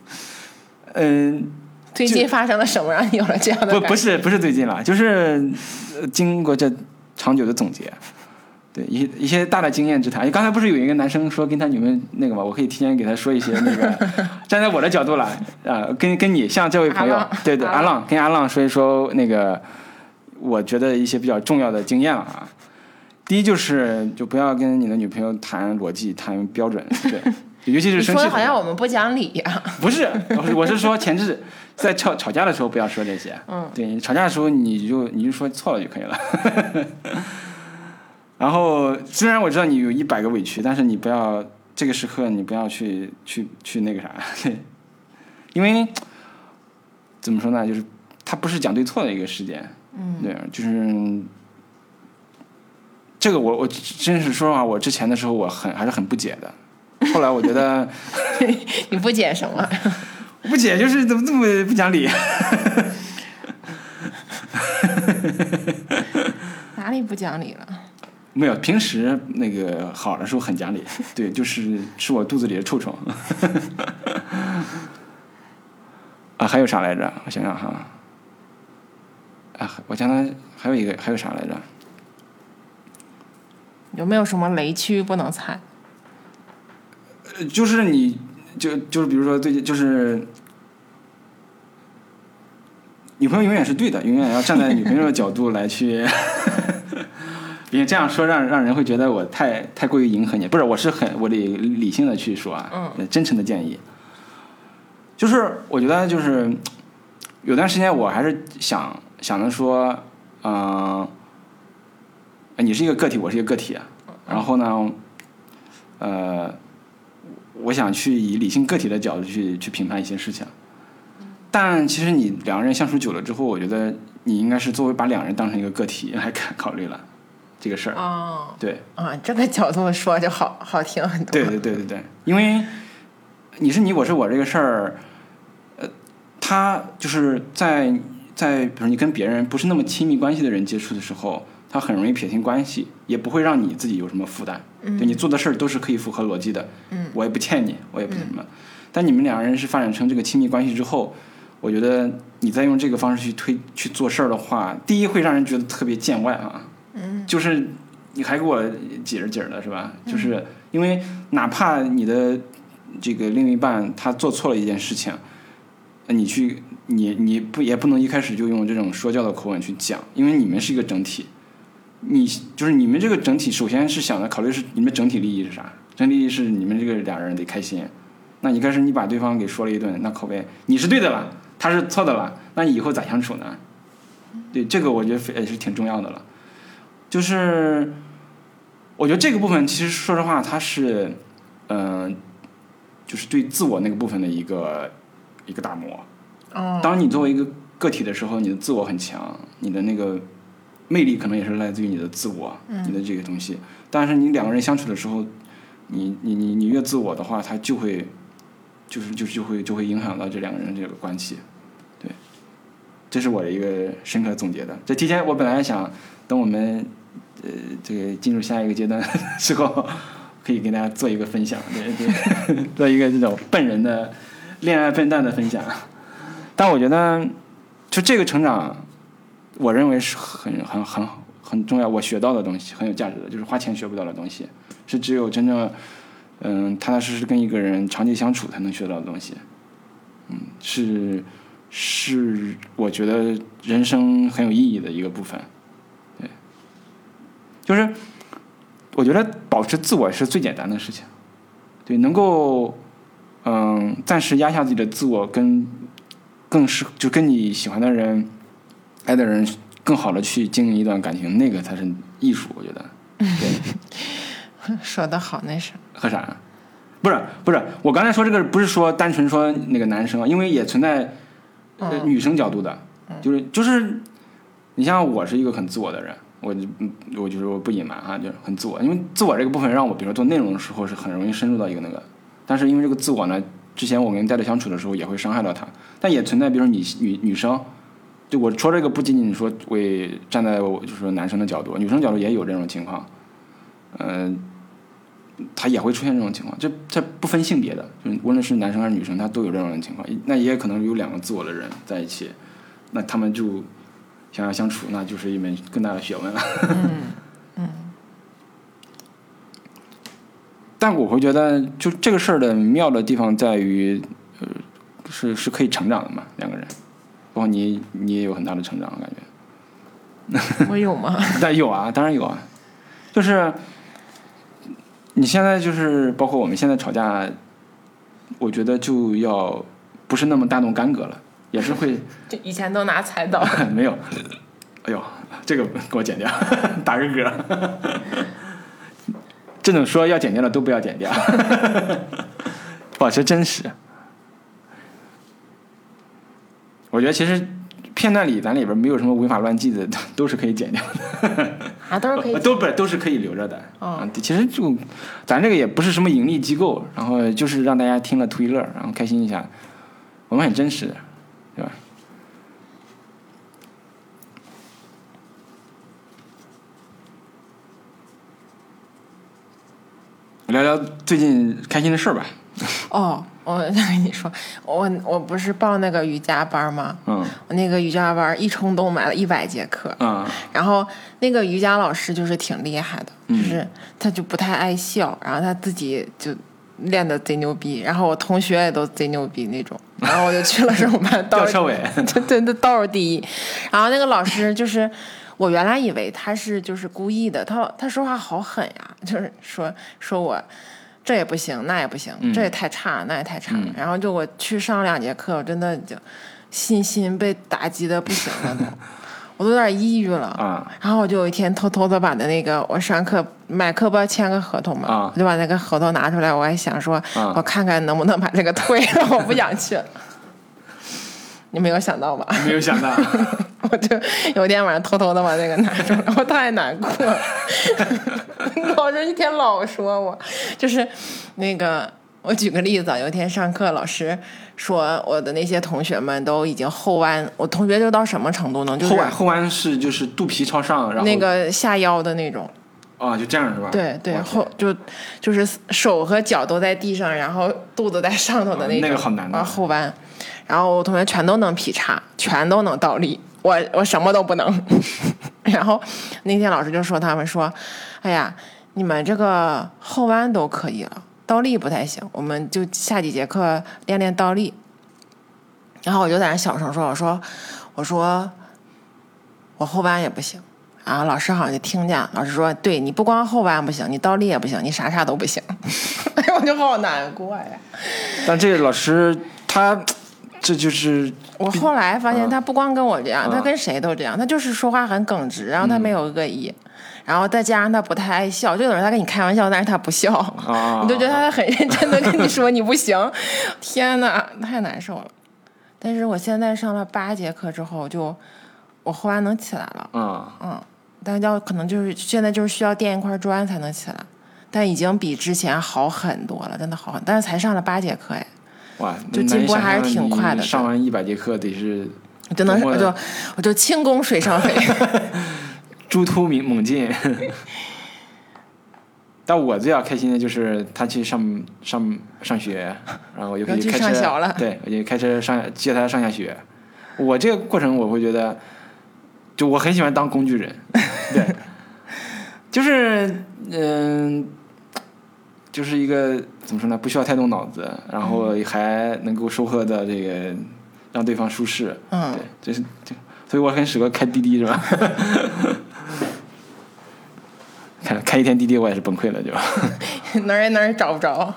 最近发生了什么让你有了这样的感觉？ 不是最近了，就是经过这长久的总结，对一些大的经验之谈。刚才不是有一个男生说跟他女朋友那个嘛，我可以提前给他说一些那个，站在我的角度来跟你像这位朋友，对阿浪跟阿浪说一说那个，我觉得一些比较重要的经验了啊。第一就不要跟你的女朋友谈逻辑谈标准，对，尤其是生气。 你说的好像我们不讲理呀。 不是，我是说前置在吵架的时候不要说这些。对，吵架的时候你就说错了就可以了。然后虽然我知道你有100个委屈，但是你不要这个时刻你不要去那个啥，因为怎么说呢，就是它不是讲对错的一个时间。对，就是这个我真是说实话，我之前的时候还是很不解的，后来我觉得你不解什么？ 不解就是怎么这么不讲理？ 哪里不讲理了？ 没有，平时那个好的时候很讲理，对，就是吃我肚子里的臭虫。还有啥来着？我想想哈。我讲的还有啥来着？ 有没有什么雷区不能踩？ 就是就是比如说最近就是女朋友永远是对的，永远要站在女朋友的角度来去，因为这样说让人会觉得我太过于迎合你，不是，我得理性的去说啊，真诚的建议。就是我觉得就是有段时间我还是想着说，你是一个个体，我是一个个体，然后呢，我想去以理性个体的角度去评判一些事情，但其实你两个人相处久了之后，我觉得你应该是作为把两人当成一个个体来考虑了， 这个事儿。 哦， 对啊，这个角度说就好听很多。 对，因为你是你，我是我这个事儿，他就是在比如你跟别人不是那么亲密关系的人接触的时候，他很容易撇清关系，也不会让你自己有什么负担。对你做的事儿都是可以符合逻辑的。我也不欠你，我也不什么。但你们两个人是发展成这个亲密关系之后，我觉得你再用这个方式去做事儿的话，第一会让人觉得特别见外啊。就是你还给我挤着挤着的是吧？就是因为哪怕你的这个另一半他做错了一件事情，你也不能一开始就用这种说教的口吻去讲，因为你们是一个整体。就是你们这个整体，首先是想的考虑是你们整体利益是啥？整体利益是你们这个俩人得开心。那一开始你把对方给说了一顿，那口碑你是对的了，他是错的了，那你以后咋相处呢？对，这个我觉得也是挺重要的了。就是我觉得这个部分其实说实话，它是就是对自我那个部分的一个打磨。当你作为一个个体的时候，你的自我很强，你的那个魅力可能也是来自于你的自我，你的这个东西。但是你两个人相处的时候，你越自我的话，它就会影响到这两个人这个关系。对，这是我的一个深刻总结的。这提前我本来想等我们这个进入下一个阶段之后，可以给大家做一个分享，对，做一个这种笨人的恋爱笨蛋的分享。但我觉得就这个成长，我认为是很重要，我学到的东西很有价值的，就是花钱学不到的东西，是只有真正踏踏实实跟一个人长期相处才能学到的东西。是我觉得人生很有意义的一个部分。对，就是我觉得保持自我是最简单的事情。对，能够暂时压下自己的自我，就跟你喜欢的人、爱的人更好的去经营一段感情，那个才是艺术，我觉得。对， 说得好，那是和啥？不是，我刚才说这个不是说单纯说那个男生，因为也存在女生角度的，就是你像我是一个很自我的人，我就是我不隐瞒哈，就是很自我，因为自我这个部分让我比如说做内容的时候是很容易深入到一个那个，但是因为这个自我呢，之前我跟戴德相处的时候也会伤害到他，但也存在比如说女生，就我说这个不仅仅说为站在就是说男生的角度，女生角度也有这种情况，他也会出现这种情况，这不分性别的，就无论是男生还是女生，他都有这种情况。那也可能有两个自我的人在一起，那他们就想要相处，那就是一门更大的学问了。但我会觉得，就这个事儿的妙的地方在于，是可以成长的嘛，两个人，包括你也有很大的成长，感觉。 我有吗？ 但有啊，当然有啊，就是你现在就是包括我们现在吵架，我觉得就要不是那么大动干戈了，也是会。 就以前都拿菜刀。 没有，哎呦，这个给我剪掉，打个嗝。这种说要剪掉的都不要剪掉，保持真实。我觉得其实片段里咱里边没有什么违法乱纪的，都是可以剪掉的。 啊，都是可以， 都是可以留着的。其实就咱这个也不是什么盈利机构，然后就是让大家听了图一乐，然后开心一下，我们很真实的，对吧？聊聊最近开心的事儿吧。 我跟你说，我不是报那个瑜伽班吗？我那个瑜伽班一冲动买了100节课。然后那个瑜伽老师就是挺厉害的，就是他就不太爱笑，然后他自己就练的贼牛逼，然后我同学也都贼牛逼那种，然后我就去了这种班， 吊车尾， 对，倒数第一。然后那个老师就是。我原来以为他是就是故意的，他说话好狠呀，就是说我这也不行那也不行，这也太差了那也太差了，然后就我去上2节课，我真的就信心被打击的不行了都，我都有点抑郁了然后我就有一天偷偷的把那个我上课买课不要签个合同嘛，我就把那个合同拿出来，我还想说我看看能不能把这个退了，我不想去了。你没有想到吧？ 没有想到。 我就有天晚上偷偷的把那个拿出来，我太难过了。老师一天老说我，就是那个，我举个例子，有一天上课，老师说我的那些同学们都已经后弯，我同学就到什么程度呢？就是后弯是就是肚皮朝上，然后那个下腰的那种。 啊，就这样是吧？ 对对，就是手和脚都在地上，然后肚子在上头的那种， 那个好难的后弯。然后我同学全都能劈叉，全都能倒立，我什么都不能。然后那天老师就说他们说，哎呀，你们这个后弯都可以了，倒立不太行，我们就下几节课练练倒立。然后我就在那小声说，我说我后弯也不行。然后老师好像就听见，老师说：“对，你不光后弯不行，你倒立也不行，你啥都不行。”哎呦，我就好难过呀。 但这个老师他，这就是我后来发现，他不光跟我这样，他跟谁都这样。他就是说话很耿直，然后他没有恶意，然后再加上他不太爱笑，就有时候他跟你开玩笑，但是他不笑，你就觉得他很认真的跟你说你不行。天哪，太难受了。但是我现在上了8节课之后，我后来能起来了。但要可能就是现在就是需要垫一块砖才能起来，但已经比之前好很多了，真的好很多。但是才上了8节课哎， 哇， 就进步还是挺快的。 上完100节课得是， 真的是我就轻功水上飞， 猪突猛进。但我最要开心的就是他去上学，然后我就可以开车上小了， 对，我就开车接他上下学。我这个过程我会觉得。就我很喜欢当工具人，对，就是就是一个怎么说呢，不需要太动脑子，然后还能够收获的这个让对方舒适，对，所以我很适合开滴滴是吧？开一天滴滴我也是崩溃了，就哪儿找不着。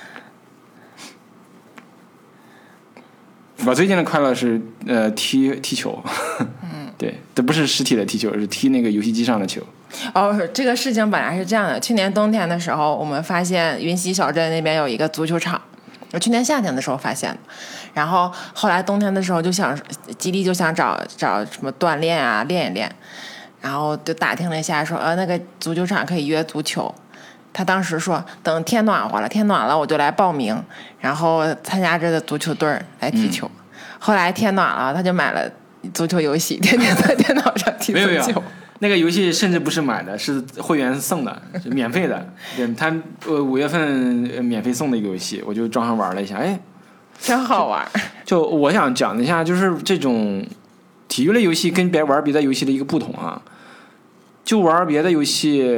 我最近的快乐是踢球。对，这不是实体的踢球，是踢那个游戏机上的球。 这个事情本来是这样的，去年冬天的时候，我们发现云溪小镇那边有一个足球场，我去年夏天的时候发现的，然后后来冬天的时候基地就想找什么锻炼啊，练一练，然后就打听了一下说，那个足球场可以约足球。他当时说等天暖了我就来报名，然后参加这个足球队来踢球。后来天暖了，他就买了足球游戏，天天在电脑上踢足球。 没有那个游戏甚至不是买的，是会员送的，是免费的。对，他5月份免费送的一个游戏，我就装上玩了一下，哎， 真好玩。 就我想讲一下，就是这种体育类游戏跟玩别的游戏的一个不同啊。就玩别的游戏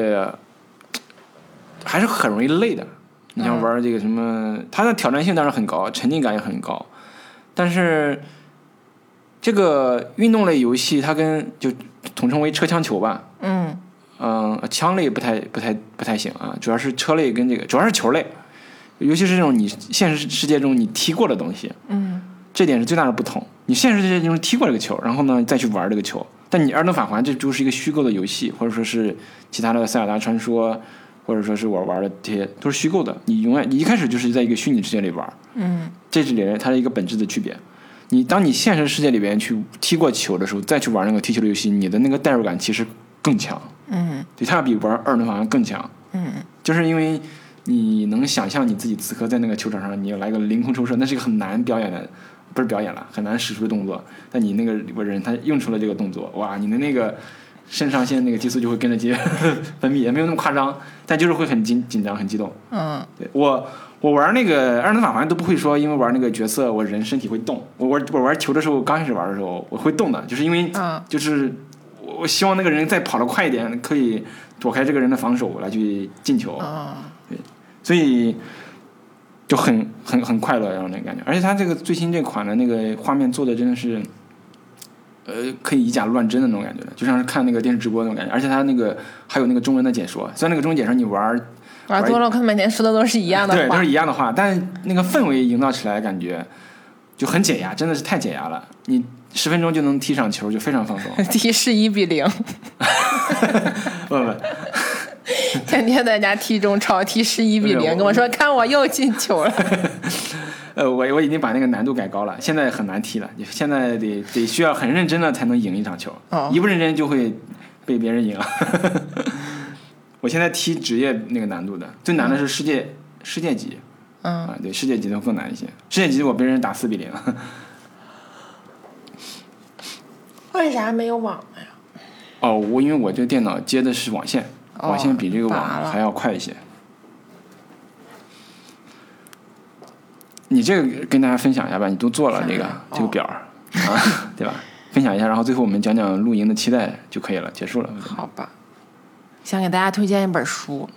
还是很容易累的。你像玩这个什么，它的挑战性当然很高，沉浸感也很高，但是这个运动类游戏它就统称为车枪球吧，枪类不太行啊，主要是车类跟这个主要是球类，尤其是这种你现实世界中你踢过的东西，这点是最大的不同。你现实世界中踢过这个球，然后呢再去玩这个球，但你《二等返还》这就是一个虚构的游戏，或者说是其他的《塞尔达传说》，或者说是我玩的这些都是虚构的，你一开始就是在一个虚拟世界里玩，这是它的一个本质的区别。当你现实世界里边去踢过球的时候，再去玩那个踢球的游戏，你的那个代入感其实更强。对，它要比玩2等返还更强。就是因为你能想象你自己此刻在那个球场上，你要来个凌空抽射，那是一个很难表演的，不是表演了，很难使出的动作。但你那个人他用出了这个动作，哇，你的那个肾上腺那个激素就会跟着分泌，也没有那么夸张，但就是会很紧张、很激动。对，我玩那个2等返还都不会说，因为玩那个角色我人身体会动。我玩球的时候，刚开始玩的时候我会动的，就是因为就是我希望那个人再跑得快一点，可以躲开这个人的防守来去进球。对，所以就很快乐，然后那个感觉。而且他这个最新这款的那个画面做的真的是，可以以假乱真的那种感觉，就像是看那个电视直播那种感觉。而且他那个还有那个中文的解说，虽然那个中文解说你玩多了，我看每天说的都是一样的话， 对，都是一样的话，但是那个氛围营造起来感觉就很解压，真的是太解压了。你10分钟就能踢上球，就非常放松。 踢是1比0， 不，天天在家踢中超，踢是1比0，跟我说看我又进球了。 我已经把那个难度改高了，现在很难踢了，现在得需要很认真的才能赢一场球，一不认真就会被别人赢。我现在踢职业那个难度的，最难的是世界级，对，世界级的更难一些，世界级我被人打4-0。 为啥没有网了呀？ 因为我这个电脑接的是网线，网线比这个网还要快一些。你这个跟大家分享一下吧，你都做了这个表对吧？分享一下，然后最后我们讲讲露营的期待就可以了，结束了。 好吧，想给大家推荐一本书。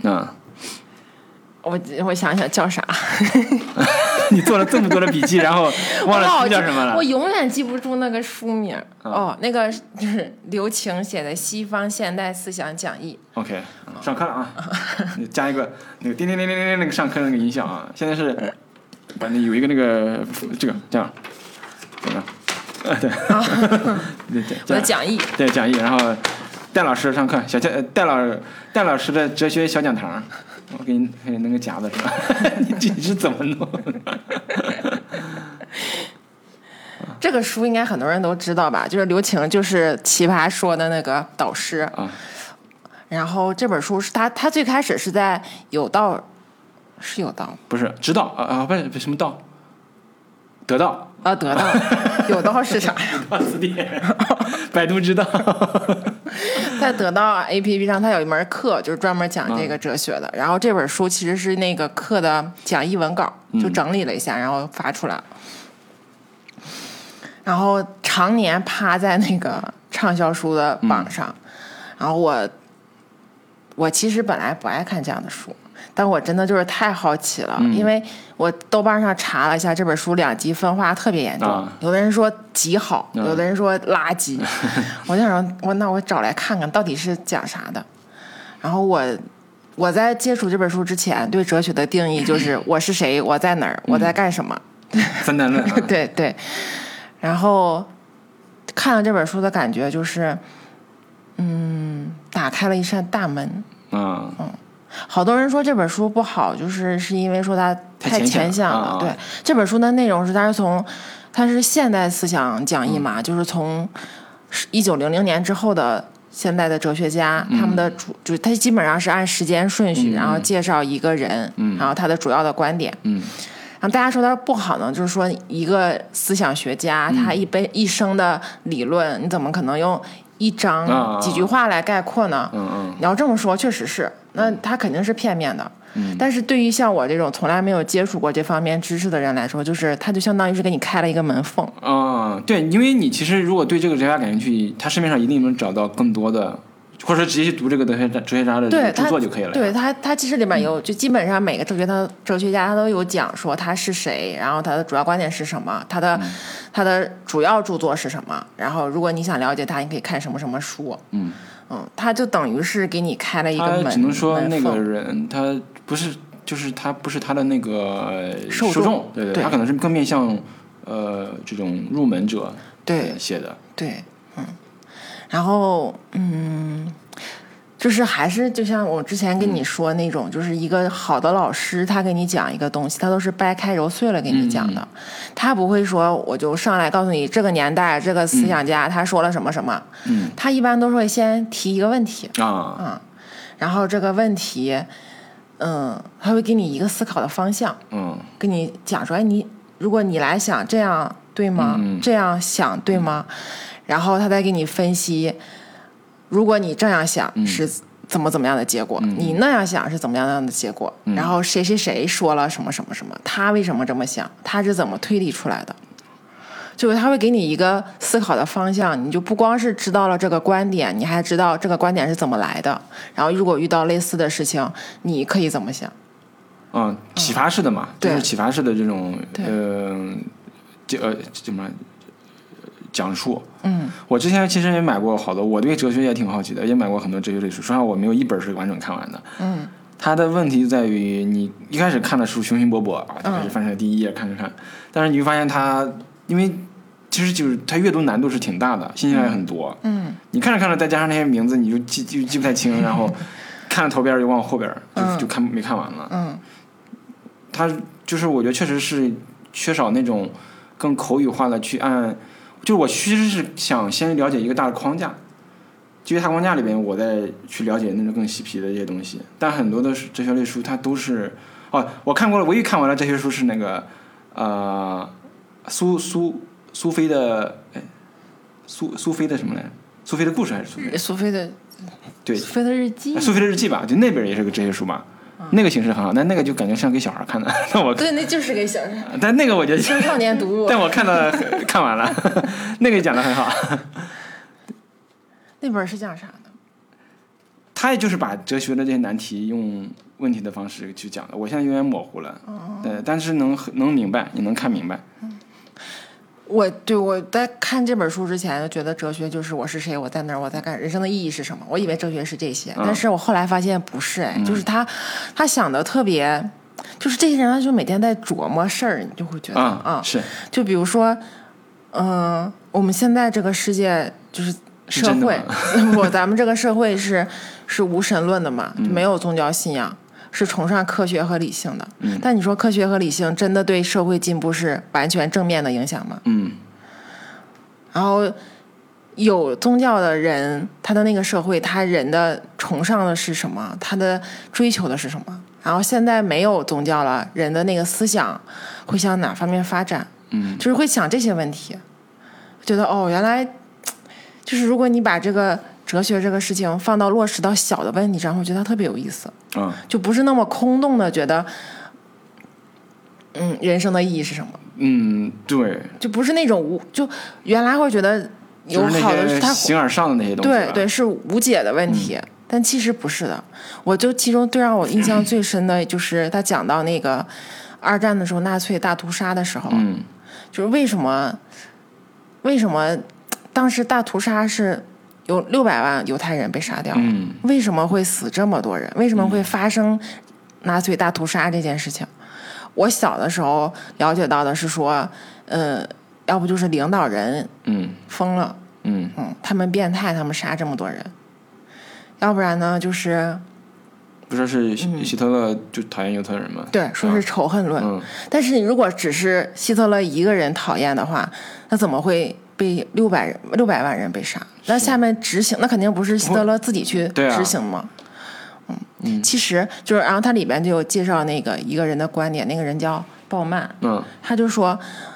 我想想叫啥？ 你做了这么多的笔记，然后忘了书叫什么了？ 我永远记不住那个书名。那个就是刘擎写的《西方现代思想讲义》。 OK， 上课了啊！加一个那个叮叮叮叮叮那个上课的那个音效啊！现在是把那有一个那个这样，怎么样？对， 我的讲义。 对，讲义，然后戴老师上课，戴老师的哲学小讲堂。我给你那个夹子是吧？你是怎么弄？ 这个书应该很多人都知道吧？就是刘擎，就是奇葩说的那个导师。然后这本书是他最开始是在有道不是知道不是什么道，得到得到有道是啥？ 有道词典，百度知道。 在得到 APP 上，它有一门课，就是专门讲这个哲学的。然后这本书其实是那个课的讲义文稿，就整理了一下，然后发出来。然后常年趴在那个畅销书的榜上。然后我其实本来不爱看这样的书，但我真的就是太好奇了，因为我豆瓣上查了一下，这本书2极分化特别严重，有的人说极好，有的人说垃圾。我就想说，那我找来看看到底是讲啥的。然后我在接触这本书之前，对哲学的定义就是我是谁，我在哪儿，我在干什么。 分段论。 对对。然后看了这本书的感觉就是，打开了一扇大门。好多人说这本书不好，是因为说它太前向了。对，这本书的内容是它是现代思想讲义嘛，就是从1900年之后的现代的哲学家，他们的就它基本上是按时间顺序，然后介绍一个人，然后他的主要的观点。然后大家说它不好呢，就是说一个思想学家他一生的理论，你怎么可能用一章几句话来概括呢？你要这么说，确实是，那它肯定是片面的。但是对于像我这种从来没有接触过这方面知识的人来说，就是它就相当于是给你开了一个门缝。 对，因为你其实如果对这个哲学家感兴趣，他市面上一定能找到更多的，或者说直接去读这个哲学家的著作就可以了。 对，他其实里面有，就基本上每个哲学家他都有讲说他是谁，然后他的主要观点是什么，他的主要著作是什么，然后如果你想了解他，你可以看什么什么书。他就等于是给你开了一个门。 他只能说那个人他不是，就是他不是他的那个受众，对，他可能是更面向这种入门者写的。 对，然后就是还是就像我之前跟你说那种，就是一个好的老师，他给你讲一个东西，他都是掰开揉碎了给你讲的，他不会说我就上来告诉你这个年代这个思想家他说了什么什么，他一般都是会先提一个问题然后这个问题他会给你一个思考的方向，跟你讲说，如果你来想这样对吗？这样想对吗？然后他再给你分析，如果你这样想是怎么样的结果，你那样想是怎么样的结果，然后谁说了什么什么什么，他为什么这么想，他是怎么推理出来的，就是他会给你一个思考的方向，你就不光是知道了这个观点，你还知道这个观点是怎么来的，然后如果遇到类似的事情你可以怎么想。 启发式的嘛，就是启发式的这种怎么讲述。我之前其实也买过好多，我对哲学也挺好奇的，也买过很多哲学类书，说实话我没有一本是完整看完的。它的问题在于你一开始看的书雄心勃勃开始翻上第一页看，但是你会发现它因为其实就是它阅读难度是挺大的，信息量也很多。你看着再加上那些名字你就记不太清，然后看了头边就忘后边，就没看完了。它就是我觉得确实是缺少那种更口语化的去按，就是我其实是想先了解一个大的框架，基于大框架里边，我再去了解那种更细皮的一些东西。但很多的哲学类书它都是，我看过了，唯一看完了哲学书是那个苏菲的苏菲的什么来着？苏菲的故事还是苏菲的？ 对， 苏菲的日记。 苏菲的日记吧，就那本也是个哲学书嘛。那个形式很好，但那个就感觉像给小孩看的。 对，那就是给小孩。 但那个我觉得青少年读物。 但我看完了，那个讲的很好。 那本是讲啥的？ 他也就是把哲学的这些难题用问题的方式去讲的，我现在有点模糊了。对，但是能明白，你能看明白。 我在看这本书之前就觉得哲学就是我是谁，我在哪儿，我在干，人生的意义是什么，我以为哲学是这些，但是我后来发现不是，就是他想的特别，就是这些人他就每天在琢磨事儿，你就会觉得是， 就比如说我们现在这个世界就是社会咱们这个社会是无神论的嘛，没有宗教信仰，是崇尚科学和理性的。但你说科学和理性真的对社会进步是完全正面的影响吗？然后有宗教的人，他的那个社会，他人的崇尚的是什么？他的追求的是什么？然后现在没有宗教了，人的那个思想会向哪方面发展？就是会想这些问题，觉得原来就是如果你把这个哲学这个事情放到落实到小的问题上，会觉得它特别有意思。就不是那么空洞的觉得人生的意义是什么。 对， 就不是那种就原来会觉得有好的， 就是形而上的那些东西， 对，是无解的问题。但其实不是的。我就其中最让我印象最深的就是他讲到那个二战的时候，纳粹大屠杀的时候，就是为什么当时大屠杀是有600万犹太人被杀掉，为什么会死这么多人？为什么会发生纳粹大屠杀这件事情？我小的时候了解到的是说，要不就是领导人疯了，他们变态，他们杀这么多人；要不然呢，就是不说是希特勒就讨厌犹太人吗？ 对，说是仇恨论。但是你如果只是希特勒一个人讨厌的话，那怎么会被600万人被杀？那下面执行，那肯定不是希特勒自己去执行吗？其实就是，然后他里边就有介绍那个一个人的观点，那个人叫鲍曼，他就说，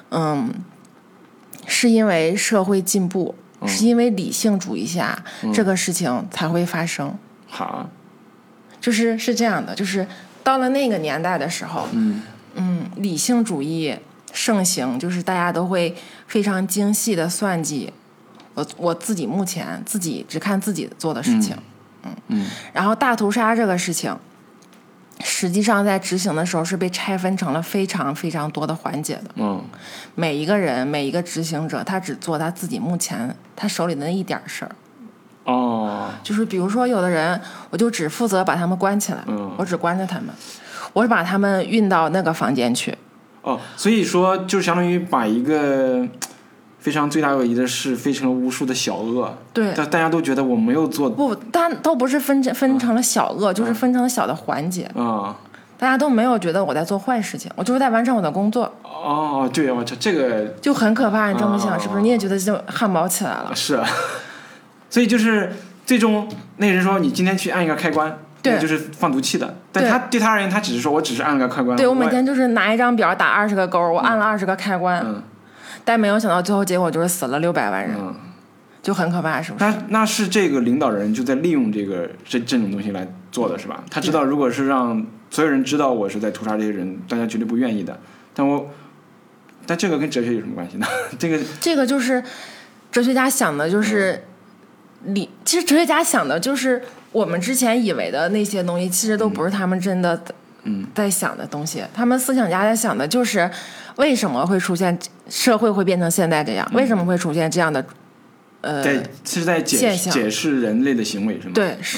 是因为社会进步，是因为理性主义下，这个事情才会发生。 好， 是这样的，就是到了那个年代的时候，理性主义盛行，就是大家都会非常精细的算计我自己目前自己只看自己做的事情。然后大屠杀这个事情实际上在执行的时候是被拆分成了非常非常多的环节的。每一个人每一个执行者他只做他自己目前他手里的那一点事儿。就是比如说有的人我就只负责把他们关起来，我只关着他们，我是把他们运到那个房间去。 所以说就相当于把一个非常罪大恶极的事分成了无数的小恶。 对， 但大家都觉得我没有做。 不，但都不是分成了小恶，就是分成了小的环节。大家都没有觉得我在做坏事情，我就是在完成我的工作。 对，我操，这个就很可怕。你这么想，是不是？你也觉得就汗毛起来了？ 是。所以就是最终那人说，你今天去按一个开关，对，就是放毒气的。但他对他而言，他只是说我只是按了个开关。 对，我每天就是拿一张表打20个勾，我按了20个开关。但没有想到最后结果就是死了600万人，就很可怕，是不是？ 那是这个领导人就在利用这种东西来做的，是吧？他知道如果是让所有人知道我是在屠杀这些人，大家绝对不愿意的。但这个跟哲学有什么关系呢？ 这个就是哲学家想的，就是其实哲学家想的就是我们之前以为的那些东西，其实都不是他们真的在想的东西。他们思想家在想的就是为什么会出现社会会变成现在这样，为什么会出现这样的是在解释人类的行为，是吗？ 对，是。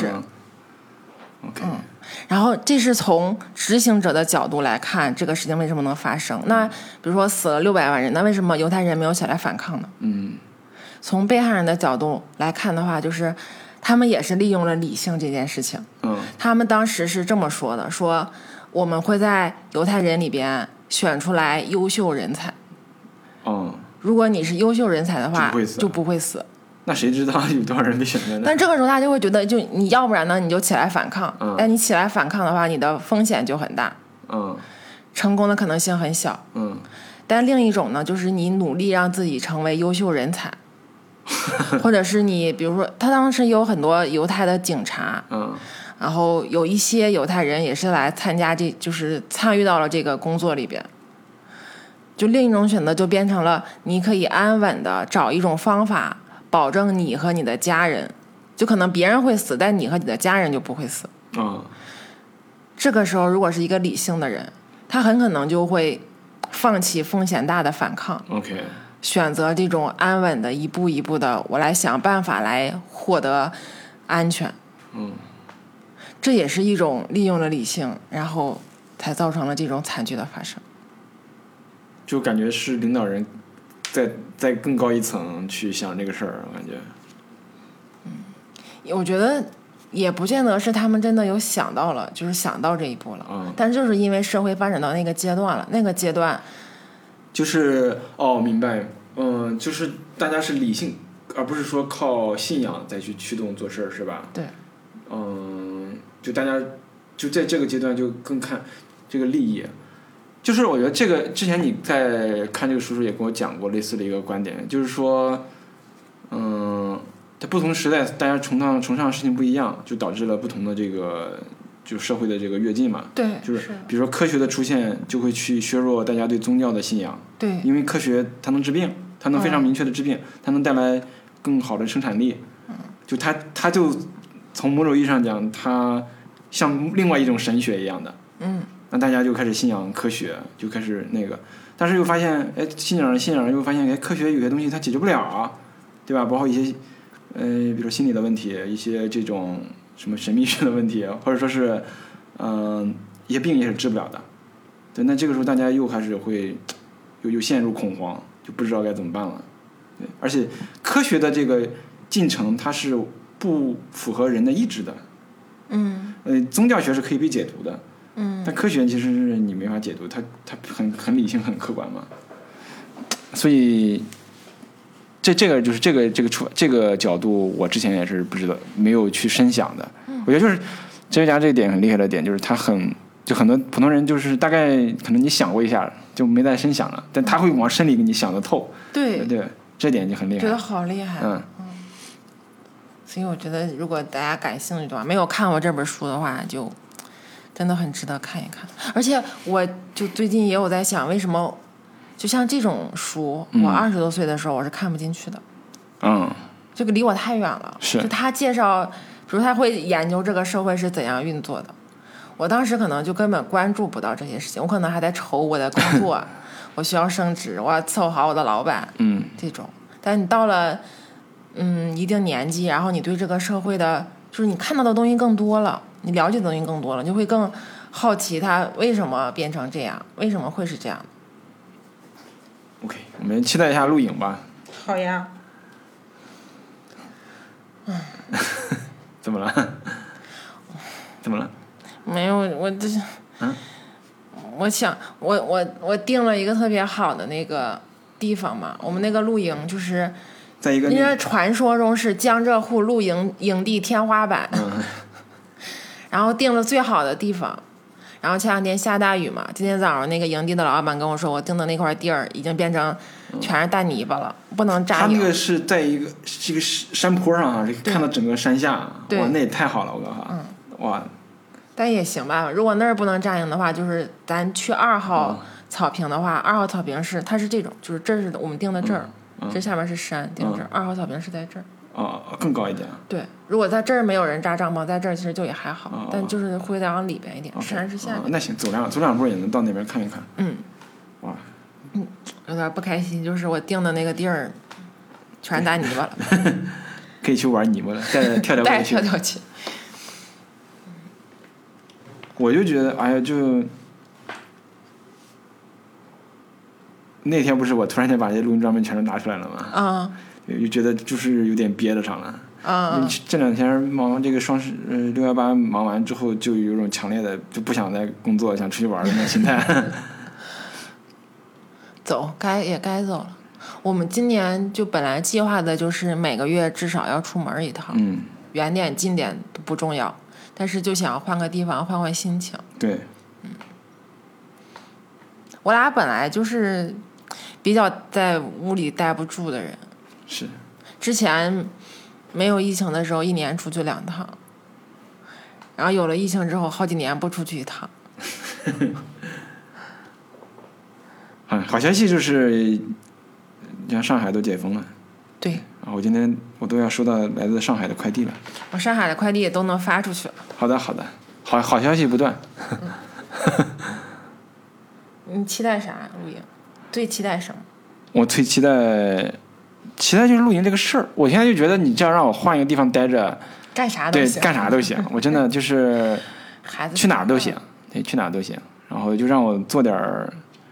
OK。 然后这是从执行者的角度来看这个事情为什么能发生。那比如说死了600万人，那为什么犹太人没有起来反抗呢？从被害人的角度来看的话，就是他们也是利用了理性这件事情。他们当时是这么说的，说我们会在犹太人里边选出来优秀人才。如果你是优秀人才的话，就不会死。 那谁知道有多少人被选中呢？ 但这个时候他就会觉得，就你要不然呢，你就起来反抗。但你起来反抗的话，你的风险就很大。成功的可能性很小。但另一种呢，就是你努力让自己成为优秀人才，或者是你，比如说，他当时有很多犹太的警察，然后有一些犹太人也是来参加就是参与到了这个工作里边。就另一种选择就变成了，你可以安稳的找一种方法，保证你和你的家人，就可能别人会死，但你和你的家人就不会死。这个时候如果是一个理性的人，他很可能就会放弃风险大的反抗，选择这种安稳的一步一步的，我来想办法来获得安全。这也是一种利用了理性，然后才造成了这种惨剧的发生。 就感觉是领导人在更高一层去想这个事儿，我感觉。 我觉得也不见得是他们真的有想到了，就是想到这一步了。但就是因为社会发展到那个阶段了，那个阶段就是明白，就是大家是理性，而不是说靠信仰再去驱动做事儿，是吧？ 对。 就大家就在这个阶段就更看这个利益。就是我觉得这个之前你在看这个书时也跟我讲过类似的一个观点，就是说，在不同时代大家崇尚的事情不一样，就导致了不同的这个就社会的这个跃进嘛。 对， 就是比如说科学的出现就会去削弱大家对宗教的信仰。 对， 因为科学它能治病，它能非常明确的治病，它能带来更好的生产力。就它就从某种意义上讲，它像另外一种神学一样的。那大家就开始信仰科学，就开始那个，但是又发现，信仰又发现，科学有些东西它解决不了啊，对吧？包括一些，比如说心理的问题，一些这种什么神秘学的问题，或者说是，一些病也是治不了的。对，那这个时候大家又开始会，又陷入恐慌，就不知道该怎么办了。对，而且科学的这个进程它是不符合人的意志的。宗教学是可以被解读的。但科学其实是你没法解读，它很理性很客观嘛，所以这个就是这个角度，我之前也是不知道，没有去深想的。我觉得就是哲学家这一点很厉害的点，就是他就很多普通人就是大概可能你想过一下就没再深想了，但他会往深里给你想得透。 对， 这点就很厉害。 觉得好厉害。所以我觉得如果大家感兴趣的话，没有看过这本书的话，就真的很值得看一看。而且我就最近也有在想，为什么就像这种书，我20多岁的时候我是看不进去的。这个离我太远了。 是。 就他介绍，比如他会研究这个社会是怎样运作的，我当时可能就根本关注不到这些事情，我可能还在愁我的工作，我需要升职，我要伺候好我的老板，这种。但你到了一定年纪，然后你对这个社会的，就是你看到的东西更多了。你了解的东西更多了，就会更好奇它为什么变成这样，为什么会是这样。 OK， 我们期待一下录影吧。 好呀。 怎么了？怎么了？ 没有，我这是。我想，我定了一个特别好的那个地方嘛，我们那个露营就是在一个， 因为传说中是江浙沪露营营地天花板。然后订了最好的地方，然后前2天下大雨嘛，今天早上那个营地的老板跟我说，我订的那块地儿已经变成全是淡泥巴了，不能扎营。 他那个是在一个山坡上啊，看到整个山下，哇，那也太好了，我告诉你，哇。 但也行吧，如果那儿不能扎营的话，就是咱去2号草坪的话，2号草坪是它是这种，就是这是我们订的这儿，这下面是山，订这儿，2号草坪是在这儿。 更高一点。 对，如果在这儿没有人扎帐篷，在这儿其实就也还好，但就是会再往里边一点，山是下面。 那行，走两步也能到那边看一看。哇。 有点不开心，就是我订的那个地儿全打泥巴了。 可以去玩泥巴了，带跳去。我就觉得，哎呀，就那天不是我突然间把这些录音装备全都拿出来了吗？就觉得就是有点憋得上了。这2天忙这个618忙完之后，就有种强烈的就不想再工作，想出去玩的那种心态。 该走了。我们今年就本来计划的就是每个月至少要出门一趟，远点近点都不重要，但是就想换个地方换换心情。 对， 我俩本来就是比较在屋里待不住的人， 是之前没有疫情的时候一年出去2趟，然后有了疫情之后好几年不出去1趟。 好消息就是像上海都解封了。 对， 然后今天我都要收到来自上海的快递了。 我上海的快递也都能发出去了。 好的，好消息不断。 你期待啥？露营最期待什么？ 我最期待就是露营这个事儿。我现在就觉得你这样让我换一个地方待着， 干啥都行。 对，干啥都行。我真的就是孩子去哪儿都行，对，去哪儿都行。然后就让我做点儿，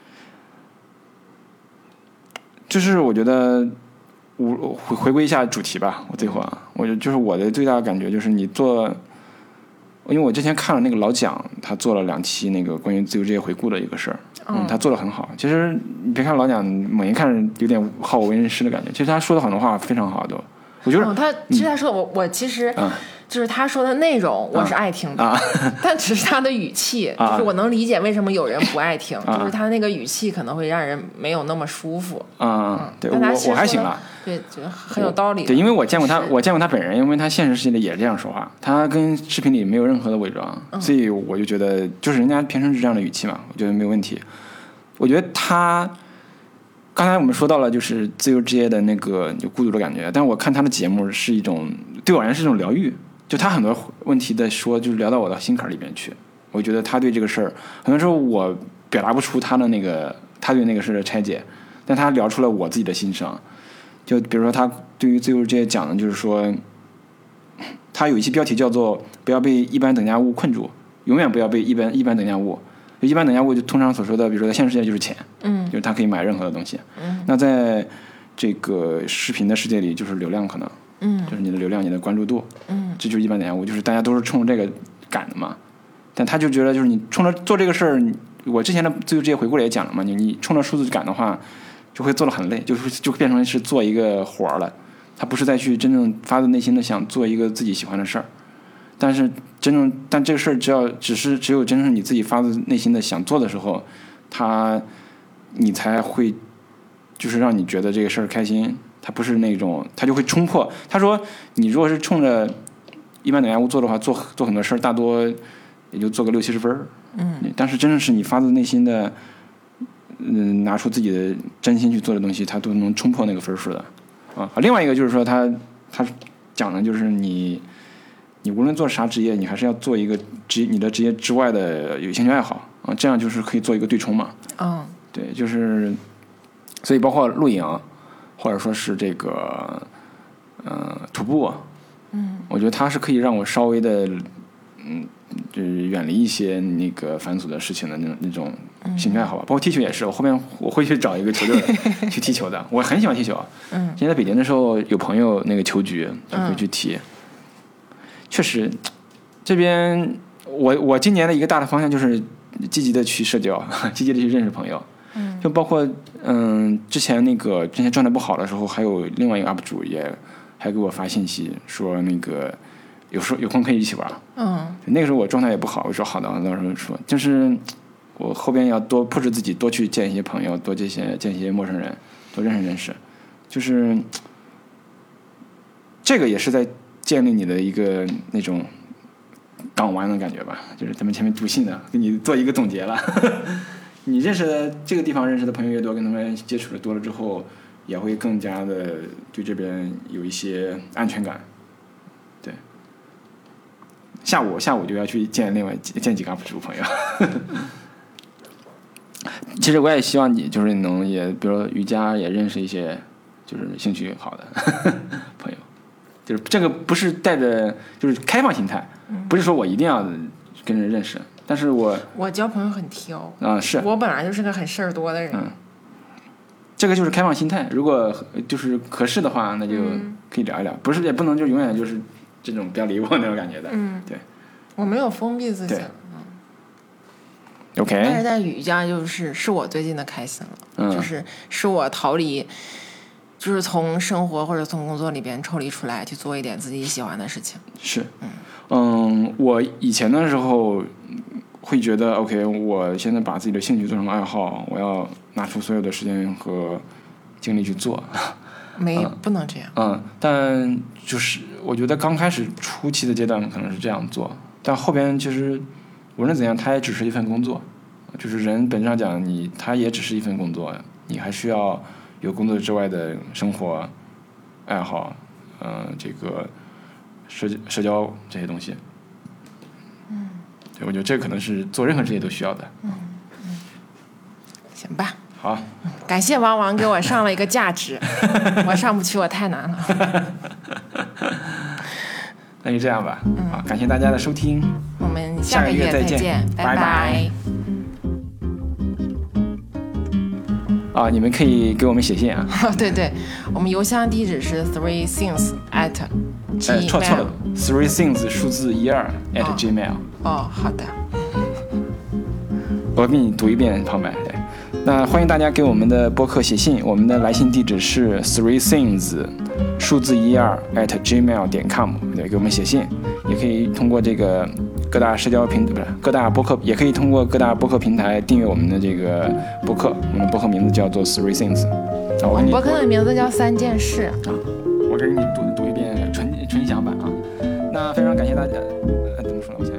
就是我觉得我回归一下主题吧。我最后我就是我的最大的感觉就是你做。因为我之前看了那个老蒋，他做了2期那个关于自由职业回顾的一个事儿，他做得很好。其实你别看老蒋猛一看有点好为人师的感觉，其实他说的很多话非常好的，我觉得。 其实他说我其实就是他说的内容我是爱听的，但只是他的语气，就是我能理解为什么有人不爱听，就是他那个语气可能会让人没有那么舒服。对， 我还行了。 对，就很有道理。 对，因为我见过他本人，因为他现实世界里也这样说话，他跟视频里没有任何的伪装，所以我就觉得就是人家平时是这样的语气嘛，我觉得没有问题。我觉得他刚才我们说到了就是自由职业的那个就孤独的感觉，但我看他的节目是一种对我而言是一种疗愈，就他很多问题的说就是聊到我的心坎里边去。我觉得他对这个事儿，很多时候我表达不出他对那个事的拆解，但他聊出了我自己的心声。就比如说他对于自由职业讲的就是说，他有一期标题叫做不要被一般等价物困住，永远不要被一般等价物。一般等价物就通常所说的比如说在现实世界就是钱，就是他可以买任何的东西。那在这个视频的世界里就是流量，可能就是你的流量你的关注度，这就是一般等价物，就是大家都是冲着这个赶的嘛。但他就觉得就是你冲着做这个事儿，我之前的自由职业回顾里也讲了嘛，你冲着数字赶的话就会做得很累，就会变成是做一个活了，他不是再去真正发自内心的想做一个自己喜欢的事儿。但这个事儿只有真正你自己发自内心的想做的时候，你才会就是让你觉得这个事儿开心。他不是那种他就会冲破。他说你如果是冲着一般等价物做的话，做很多事儿大多也就做个60-70分，但是真正是你发自内心的拿出自己的真心去做的东西，他都能冲破那个分数的另外一个就是说他讲的就是你无论做啥职业，你还是要做一个你的职业之外的有兴趣爱好这样就是可以做一个对冲嘛。对，就是所以包括露营或者说是这个徒步，我觉得它是可以让我稍微的就是远离一些那个繁琐的事情的那种兴趣爱好吧。包括踢球也是，我后面我会去找一个球队去踢球的。我很喜欢踢球。之前在北京的时候有朋友那个球局就会去踢。确实这边我今年的一个大的方向就是积极的去社交，积极的去认识朋友。就包括之前状态不好的时候，还有另外一个 UP 主还给我发信息说那个有空可以一起玩。那个时候我状态也不好，我说好的，到时候说就是我后边要多迫使自己多去见一些朋友，多见一些陌生人，多认识，就是这个也是在建立你的一个那种港湾的感觉吧。就是咱们前面读信的给你做一个总结了。你这个地方认识的朋友越多，跟他们接触的多了之后，也会更加的对这边有一些安全感。对，下午就要去见几个 UP 主朋友。其实我也希望你就是能也比如说瑜伽也认识一些就是兴趣好的朋友，就是这个不是带着就是开放心态，不是说我一定要跟人认识。但是我交朋友很挑是我本来就是个很事儿多的人。 这个就是开放心态，如果就是合适的话，那就可以聊一聊，不是也不能就永远就是这种不要理我那种感觉的。对， 我没有封闭自己。 OK， 但是瑜伽是我最近的开心了，就是我逃离，就是从生活或者从工作里边抽离出来，去做一点自己喜欢的事情。 是，我以前的时候会觉得 OK， 我现在把自己的兴趣做成爱好，我要拿出所有的时间和精力去做。 不能这样。 但就是我觉得刚开始初期的阶段可能是这样做，但后边其实无论怎样，它也只是一份工作，就是人本质上讲它也只是一份工作，你还需要有工作之外的生活、爱好，这个社交这些东西。对，我觉得这可能是做任何职业都需要的。 行吧。 好， 感谢王王给我上了一个价值，我上不去，我太难了。 那就这样吧。好，感谢大家的收听， 我们下个月再见，拜拜。 你们可以给我们写信啊。 对，我们邮箱地址是 3things@gmail。 错了 ，3things 数字12 @gmail。 好的。 我给你读一遍旁白。那欢迎大家给我们的播客写信，我们的来信地址是 3things 数字12 @gmail.com， 给我们写信，也可以通过这个各大社交平各大播客，也可以通过各大播客平台订阅我们的这个播客，我们的播客名字叫做 3things。 我们播客的名字叫3件事。 我给你读一遍纯享版啊。那非常感谢大家，怎么说呢？